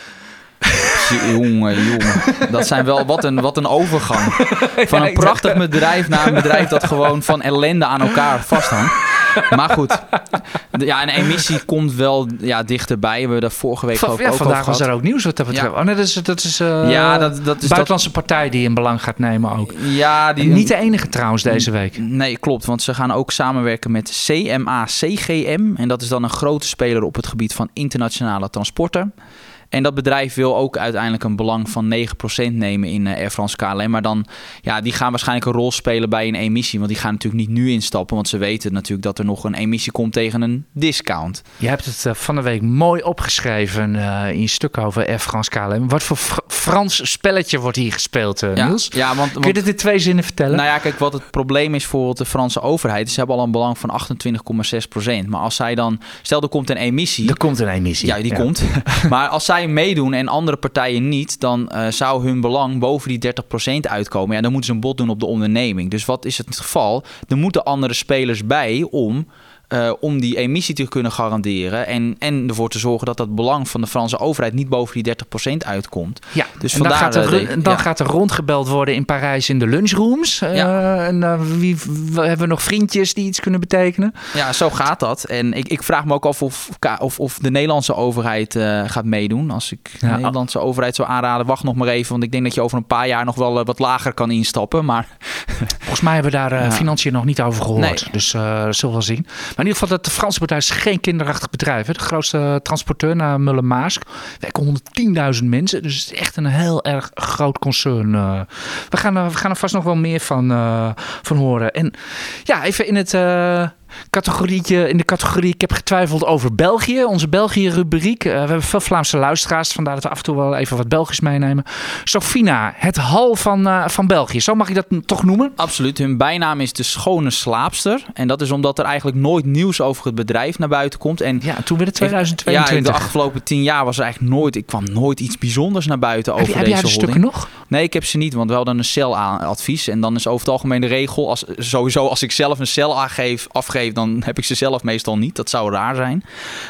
Jongen, jongen. Dat zijn wel wat een, wat een overgang. Van een prachtig bedrijf naar een bedrijf dat gewoon van ellende aan elkaar vasthangt. Maar goed. Ja, een emissie komt wel ja, dichterbij. We hebben daar vorige week Van, ook, ja, ook vandaag over was gehad. er ook nieuws wat dat betreft. Ja. Oh, nee, dat is, dat is uh, ja, dat, dat is buitenlandse dat... partij die in belang gaat nemen ook. Ja, die... Niet de enige trouwens deze week. Nee, klopt. Want ze gaan ook samenwerken met C M A C G M. En dat is dan een grote speler op het gebied van internationale transporten. En dat bedrijf wil ook uiteindelijk een belang van negen procent nemen in Air France K L M. Maar dan, ja, die gaan waarschijnlijk een rol spelen bij een emissie. Want die gaan natuurlijk niet nu instappen. Want ze weten natuurlijk dat er nog een emissie komt tegen een discount. Je hebt het uh, van de week mooi opgeschreven uh, in je stuk over Air France K L M. Wat voor Fr- Frans spelletje wordt hier gespeeld, uh, ja, Niels? Ja, want, Kun je dit in twee zinnen vertellen? Nou ja, kijk, wat het probleem is voor de Franse overheid. Ze hebben al een belang van achtentwintig komma zes procent. Maar als zij dan, stel er komt een emissie. Er komt een emissie. Ja, die ja. komt. Maar als zij meedoen en andere partijen niet, dan uh, zou hun belang boven die dertig procent uitkomen. Ja, dan moeten ze een bod doen op de onderneming. Dus wat is het geval? Er moeten andere spelers bij om, uh, om die emissie te kunnen garanderen. En, en ervoor te zorgen dat dat belang van de Franse overheid niet boven die dertig procent uitkomt. Ja, dus en dan, vandaar, gaat er, de, dan ja. gaat er rondgebeld worden in Parijs in de lunchrooms. Ja. Uh, en uh, wie, we hebben we nog vriendjes die iets kunnen betekenen? Ja, zo gaat dat. En ik, ik vraag me ook af of, of, of de Nederlandse overheid uh, gaat meedoen. Als ik de ja. Nederlandse overheid zou aanraden, wacht nog maar even. Want ik denk dat je over een paar jaar nog wel uh, wat lager kan instappen. Maar volgens mij hebben we daar uh, ja. financiën nog niet over gehoord. Nee. Dus uh, dat zullen we wel zien. Maar in ieder geval, dat de Franse bedrijf is geen kinderachtig bedrijf. Hè. De grootste transporteur naar Mullen-Maersk. Werken honderdtienduizend mensen. Dus het is echt een heel erg groot concern. Uh, we, gaan, uh, we gaan er vast nog wel meer van, uh, van horen. En ja, even in het... Uh, categorietje, in de categorie, ik heb getwijfeld over België, onze België-rubriek. Uh, we hebben veel Vlaamse luisteraars, vandaar dat we af en toe wel even wat Belgisch meenemen. Sofina, het hal van, uh, van België, zo mag je dat toch noemen? Absoluut, hun bijnaam is de schone slaapster. En dat is omdat er eigenlijk nooit nieuws over het bedrijf naar buiten komt. En ja, toen werd het tweeduizend tweeëntwintig. Ja, in de afgelopen tien jaar was er eigenlijk nooit, ik kwam nooit iets bijzonders naar buiten over heb, deze heb jij de holding. stukken nog? Nee, ik heb ze niet, want we hadden een celadvies. En dan is over het algemeen de regel, als, sowieso als ik zelf een cel aangeef, afgeef, dan heb ik ze zelf meestal niet. Dat zou raar zijn.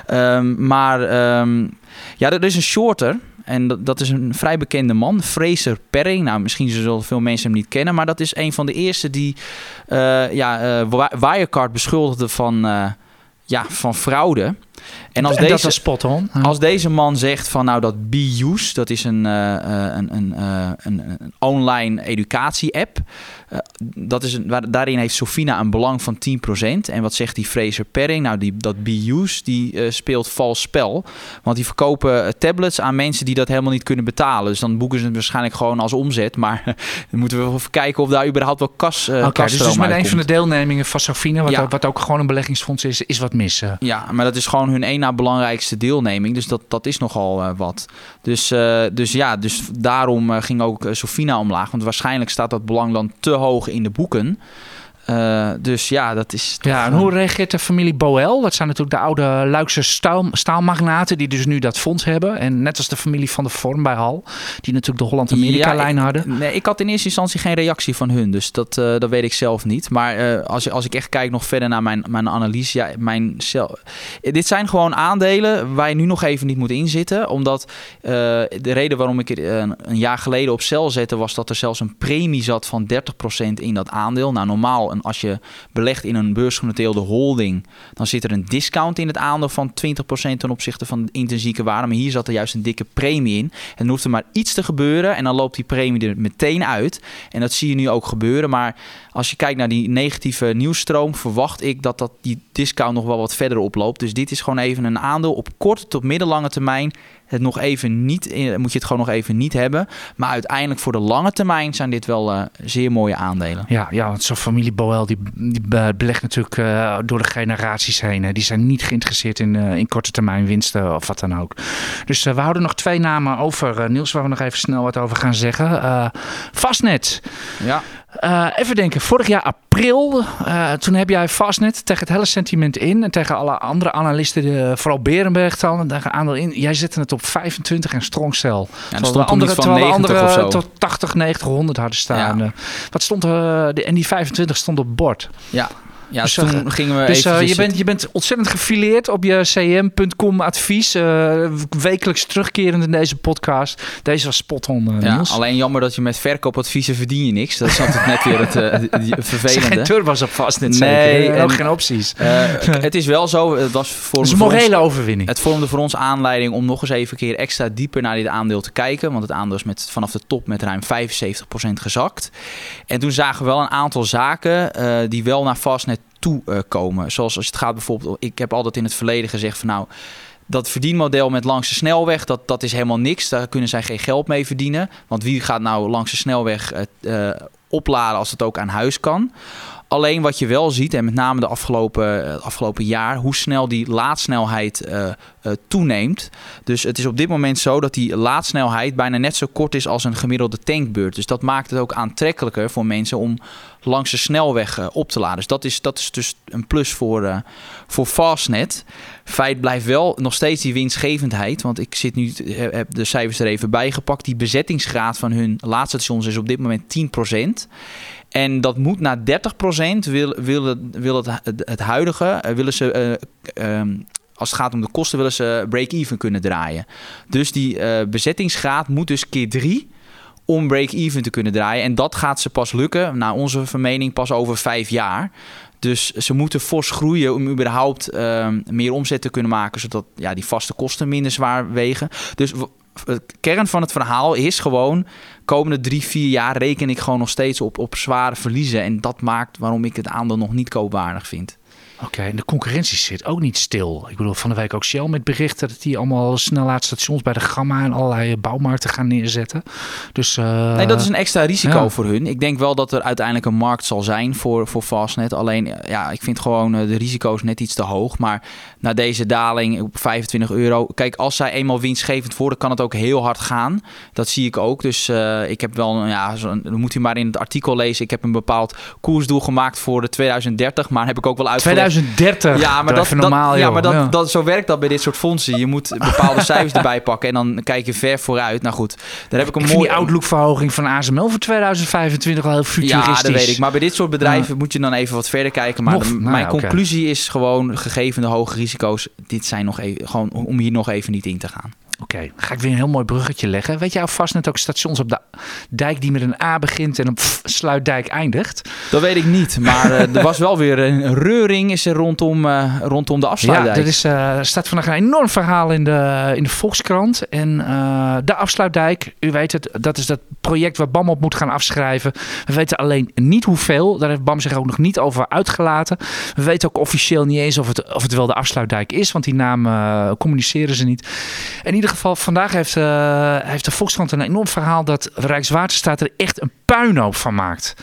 Um, maar um, ja, er is een shorter. En dat, dat is een vrij bekende man. Fraser Perring. Nou, misschien zullen veel mensen hem niet kennen. Maar dat is een van de eerste die uh, ja, uh, Wirecard beschuldigde van, uh, ja, van fraude. En als, en deze, dat was spot on. Hm. Als deze man zegt van nou dat B-Use, dat is een, uh, een, een, uh, een, een online educatie-app. Uh, dat is een, waar, daarin heeft Sofina een belang van tien procent. En wat zegt die Fraser Perring? Nou, die, dat B-Use die uh, speelt vals spel. Want die verkopen uh, tablets aan mensen die dat helemaal niet kunnen betalen. Dus dan boeken ze het waarschijnlijk gewoon als omzet. Maar uh, dan moeten we even kijken of daar überhaupt wel kas uh, okay, dus, dus met uitkomt. een van de deelnemingen van Sofina, wat, ja. ook, wat ook gewoon een beleggingsfonds is, is wat mis. Uh. Ja, maar dat is gewoon hun één na belangrijkste deelneming. Dus dat, dat is nogal uh, wat. Dus, uh, dus ja, dus daarom uh, ging ook uh, Sofina omlaag. Want waarschijnlijk staat dat belang dan te hoog in de boeken. Uh, dus ja, dat is... Toch, ja, en hoe reageert de familie Boel? Dat zijn natuurlijk de oude Luikse staal, staalmagnaten die dus nu dat fonds hebben. En net als de familie Van der Vorm bij Hal, die natuurlijk de Holland-Amerika-lijn ja, hadden. Nee, ik had in eerste instantie geen reactie van hun, dus dat, uh, dat weet ik zelf niet. Maar uh, als, als ik echt kijk nog verder naar mijn, mijn analyse, ja, mijn cel, dit zijn gewoon aandelen waar je nu nog even niet moet inzitten. Omdat uh, de reden waarom ik er uh, een jaar geleden op cel zette, was dat er zelfs een premie zat van dertig procent in dat aandeel. Nou, normaal wel, een, als je belegt in een beursgenoteerde holding, dan zit er een discount in het aandeel van twintig procent ten opzichte van de intrinsieke waarde. Maar hier zat er juist een dikke premie in. En dan hoeft er maar iets te gebeuren en dan loopt die premie er meteen uit. En dat zie je nu ook gebeuren. Maar als je kijkt naar die negatieve nieuwsstroom, verwacht ik dat, dat die discount nog wel wat verder oploopt. Dus dit is gewoon even een aandeel op korte tot middellange termijn. Het nog even niet, moet je het gewoon nog even niet hebben. Maar uiteindelijk voor de lange termijn zijn dit wel uh, zeer mooie aandelen. Ja, ja, want zo'n familie Boel die, die belegt natuurlijk uh, door de generaties heen. Hè. Die zijn niet geïnteresseerd in, uh, in korte termijn winsten of wat dan ook. Dus uh, we houden nog twee namen over, uh, Niels, waar we nog even snel wat over gaan zeggen. Uh, Fastnet. Ja. Uh, even denken, vorig jaar april, uh, toen heb jij Fastnet tegen het hele sentiment in en tegen alle andere analisten, de, vooral Berenberg dan, tegen aandeel in. Jij zette het op vijfentwintig en strongcel. Ja, terwijl de andere, terwijl de andere tot tachtig, negentig, honderd hadden staan. Ja. Uh, wat stond er? Uh, en die vijfentwintig stond op bord. Ja. Ja, dus, toen uh, gingen we dus even... Uh, je, bent, je bent ontzettend gefileerd op je c m punt com advies. Uh, wekelijks terugkerend in deze podcast. Deze was spot-on, uh, ja, Niels. alleen jammer dat je met verkoopadviezen verdien je niks. Dat is altijd net weer het, uh, het vervelende. Er zijn geen turbo's op Fastnet, nee, zeker. En, ook geen opties. Uh, het is wel zo. Het was voor het is een morele ons, overwinning. Het vormde voor ons aanleiding om nog eens even een keer extra dieper naar dit aandeel te kijken. Want het aandeel is met, vanaf de top met ruim vijfenzeventig procent gezakt. En toen zagen we wel een aantal zaken uh, die wel naar Fastnet toe uh, komen. Zoals als het gaat bijvoorbeeld... Ik heb altijd in het verleden gezegd van nou... Dat verdienmodel met langs de snelweg, dat, dat is helemaal niks. Daar kunnen zij geen geld mee verdienen. Want wie gaat nou langs de snelweg uh, uh, opladen als het ook aan huis kan? Alleen wat je wel ziet, en met name de afgelopen, uh, afgelopen jaar, hoe snel die laadsnelheid uh, uh, toeneemt. Dus het is op dit moment zo dat die laadsnelheid bijna net zo kort is als een gemiddelde tankbeurt. Dus dat maakt het ook aantrekkelijker voor mensen om langs de snelweg uh, op te laden. Dus dat is, dat is dus een plus voor, uh, voor Fastnet. Feit blijft wel nog steeds die winstgevendheid. Want ik zit nu, heb de cijfers er even bij gepakt. Die bezettingsgraad van hun laadstations is op dit moment tien procent. En dat moet naar dertig procent. Wil, wil, het, wil het, het huidige, willen ze... Uh, um, Als het gaat om de kosten willen ze break-even kunnen draaien. Dus die uh, bezettingsgraad moet dus keer drie om break-even te kunnen draaien. En dat gaat ze pas lukken, naar onze vermening, pas over vijf jaar. Dus ze moeten fors groeien om überhaupt uh, meer omzet te kunnen maken, zodat ja, die vaste kosten minder zwaar wegen. Dus de kern van het verhaal is gewoon, komende drie, vier jaar reken ik gewoon nog steeds op, op zware verliezen. En dat maakt waarom ik het aandeel nog niet koopwaardig vind. Oké, okay, en de concurrentie zit ook niet stil. Ik bedoel, van de week ook Shell met berichten dat die allemaal snellaadstations bij de Gamma en allerlei bouwmarkten gaan neerzetten. Dus, uh, nee, dat is een extra risico ja. voor hun. Ik denk wel dat er uiteindelijk een markt zal zijn voor, voor Fastnet. Alleen, ja, ik vind gewoon uh, de risico's net iets te hoog. Maar na deze daling op vijfentwintig euro... Kijk, als zij eenmaal winstgevend worden, kan het ook heel hard gaan. Dat zie ik ook. Dus uh, ik heb wel, ja, zo, dan moet u maar in het artikel lezen. Ik heb een bepaald koersdoel gemaakt voor de tweeduizend dertig. Maar heb ik ook wel uitgelegd. tweeduizend dertig Ja, maar, dat, dat, normaal, ja, maar dat, ja. dat, zo werkt dat bij dit soort fondsen. Je moet bepaalde cijfers erbij pakken en dan kijk je ver vooruit. Nou goed, daar heb ik een ik mooie... die outlook-verhoging van A S M L voor tweeduizend vijfentwintig al heel futuristisch. Ja, dat weet ik. Maar bij dit soort bedrijven ja. moet je dan even wat verder kijken. Maar nog, de, nou mijn ja, conclusie okay. is gewoon, gegeven de hoge risico's, dit zijn nog even, gewoon om hier nog even niet in te gaan. Oké, okay, ga ik weer een heel mooi bruggetje leggen. Weet jij of Fastnet ook stations op de dijk die met een A begint en op Sluitdijk eindigt? Dat weet ik niet, maar uh, er was wel weer een reuring is er rondom, uh, rondom de afsluitdijk. Ja, er is, uh, staat vandaag een enorm verhaal in de, in de Volkskrant. En uh, de afsluitdijk, u weet het, dat is dat project waar B A M op moet gaan afschrijven. We weten alleen niet hoeveel, daar heeft B A M zich ook nog niet over uitgelaten. We weten ook officieel niet eens of het, of het wel de afsluitdijk is, want die naam uh, communiceren ze niet. In ieder geval, vandaag heeft, uh, heeft de Volkskrant een enorm verhaal dat Rijkswaterstaat er echt een puinhoop van maakt.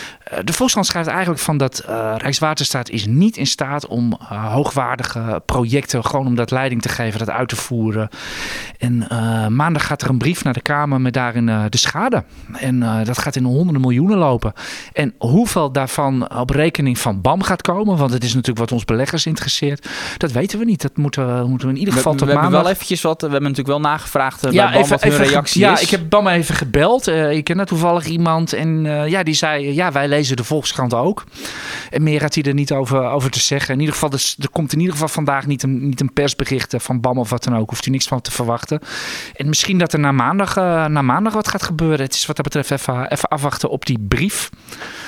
De Volkskrant schrijft eigenlijk van dat uh, Rijkswaterstaat is niet in staat om uh, hoogwaardige projecten, gewoon om dat leiding te geven, dat uit te voeren. En uh, maandag gaat er een brief naar de Kamer met daarin uh, de schade. En uh, dat gaat in honderden miljoenen lopen. En hoeveel daarvan op rekening van B A M gaat komen, want het is natuurlijk wat ons beleggers interesseert, dat weten we niet. Dat moeten we, moeten we in ieder geval we, tot we maandag. We hebben wel eventjes wat, we hebben natuurlijk wel nagevraagd uh, ja, bij B A M even, wat hun even, reactie ja, is. ik heb B A M even gebeld. Uh, ik ken daar toevallig iemand en uh, ja, die zei, ja, wij lezen de Volkskrant ook. En meer had hij er niet over, over te zeggen. In ieder geval, dus, er komt in ieder geval vandaag niet een, niet een persbericht van B A M of wat dan ook. Hoeft hij niks van te verwachten. En misschien dat er na maandag, uh, na maandag wat gaat gebeuren. Het is wat dat betreft even, even afwachten op die brief.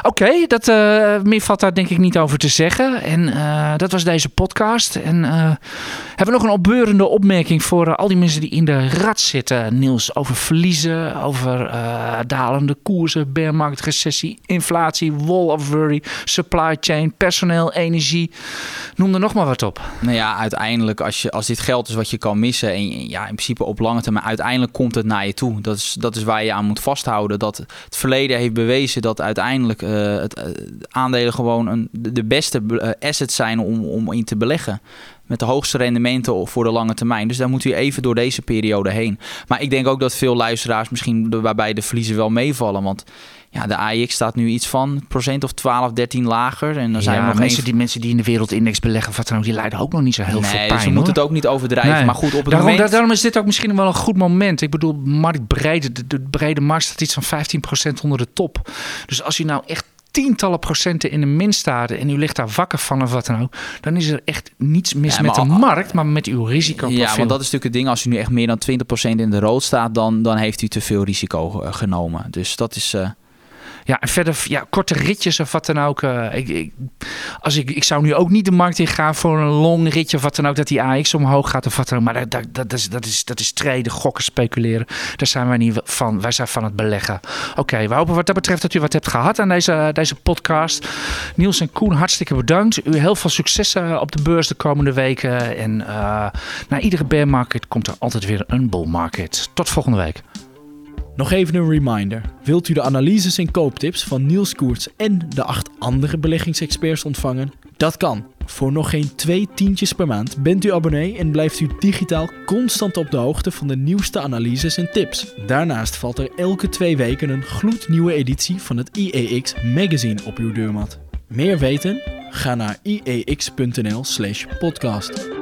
Oké, okay, dat uh, meer valt daar denk ik niet over te zeggen. En uh, dat was deze podcast. En uh, hebben we nog een opbeurende opmerking voor uh, al die mensen die in de rat zitten, Niels? Over verliezen, over uh, dalende koersen, bearmarkt, recessie, inflatie, wall of worry, supply chain, personeel, energie. Noem er nog maar wat op. Nou ja, uiteindelijk als, je, als dit geld is wat je kan missen en ja, in principe op lange termijn, uiteindelijk komt het naar je toe. Dat is, dat is waar je aan moet vasthouden. Dat het verleden heeft bewezen dat uiteindelijk uh, het, uh, aandelen gewoon een, de beste uh, assets zijn om, om in te beleggen. Met de hoogste rendementen voor de lange termijn. Dus daar moet u even door deze periode heen. Maar ik denk ook dat veel luisteraars misschien waarbij de verliezen wel meevallen. Want ja, de A E X staat nu iets van procent of twaalf, dertien lager. En dan zijn ja, er nog mensen, een... die, mensen die in de wereldindex beleggen, wat dan ook, die lijden ook nog niet zo heel nee, veel pijn. Dus we moeten het ook niet overdrijven. Nee. Maar goed, op het daarom, moment... daarom is dit ook misschien wel een goed moment. Ik bedoel, marktbreedte, de, de brede markt staat iets van vijftien procent onder de top. Dus als je nou echt tientallen procenten in de min staat en u ligt daar wakker van of wat dan ook, dan is er echt niets mis ja, met maar, de markt, maar met uw risicoprofiel. Ja, want dat is natuurlijk het ding. Als u nu echt meer dan twintig procent in de rood staat, dan, dan heeft u te veel risico uh, genomen. Dus dat is... Uh... Ja, en verder ja, korte ritjes of wat dan ook. Uh, ik, ik, als ik, ik zou nu ook niet de markt in gaan voor een long ritje of wat dan ook, dat die A X omhoog gaat of wat dan ook. Maar dat, dat, dat, is, dat, is, dat is traden, gokken, speculeren. Daar zijn wij niet van. Wij zijn van het beleggen. Oké, okay, we hopen wat dat betreft dat u wat hebt gehad aan deze, deze podcast. Niels en Koen, hartstikke bedankt. U heel veel succes uh, op de beurs de komende weken. En uh, na iedere bear market komt er altijd weer een bull market. Tot volgende week. Nog even een reminder. Wilt u de analyses en kooptips van Niels Koerts en de acht andere beleggingsexperts ontvangen? Dat kan. Voor nog geen twee tientjes per maand bent u abonnee en blijft u digitaal constant op de hoogte van de nieuwste analyses en tips. Daarnaast valt er elke twee weken een gloednieuwe editie van het I E X magazine op uw deurmat. Meer weten? Ga naar i e x punt n l slash podcast.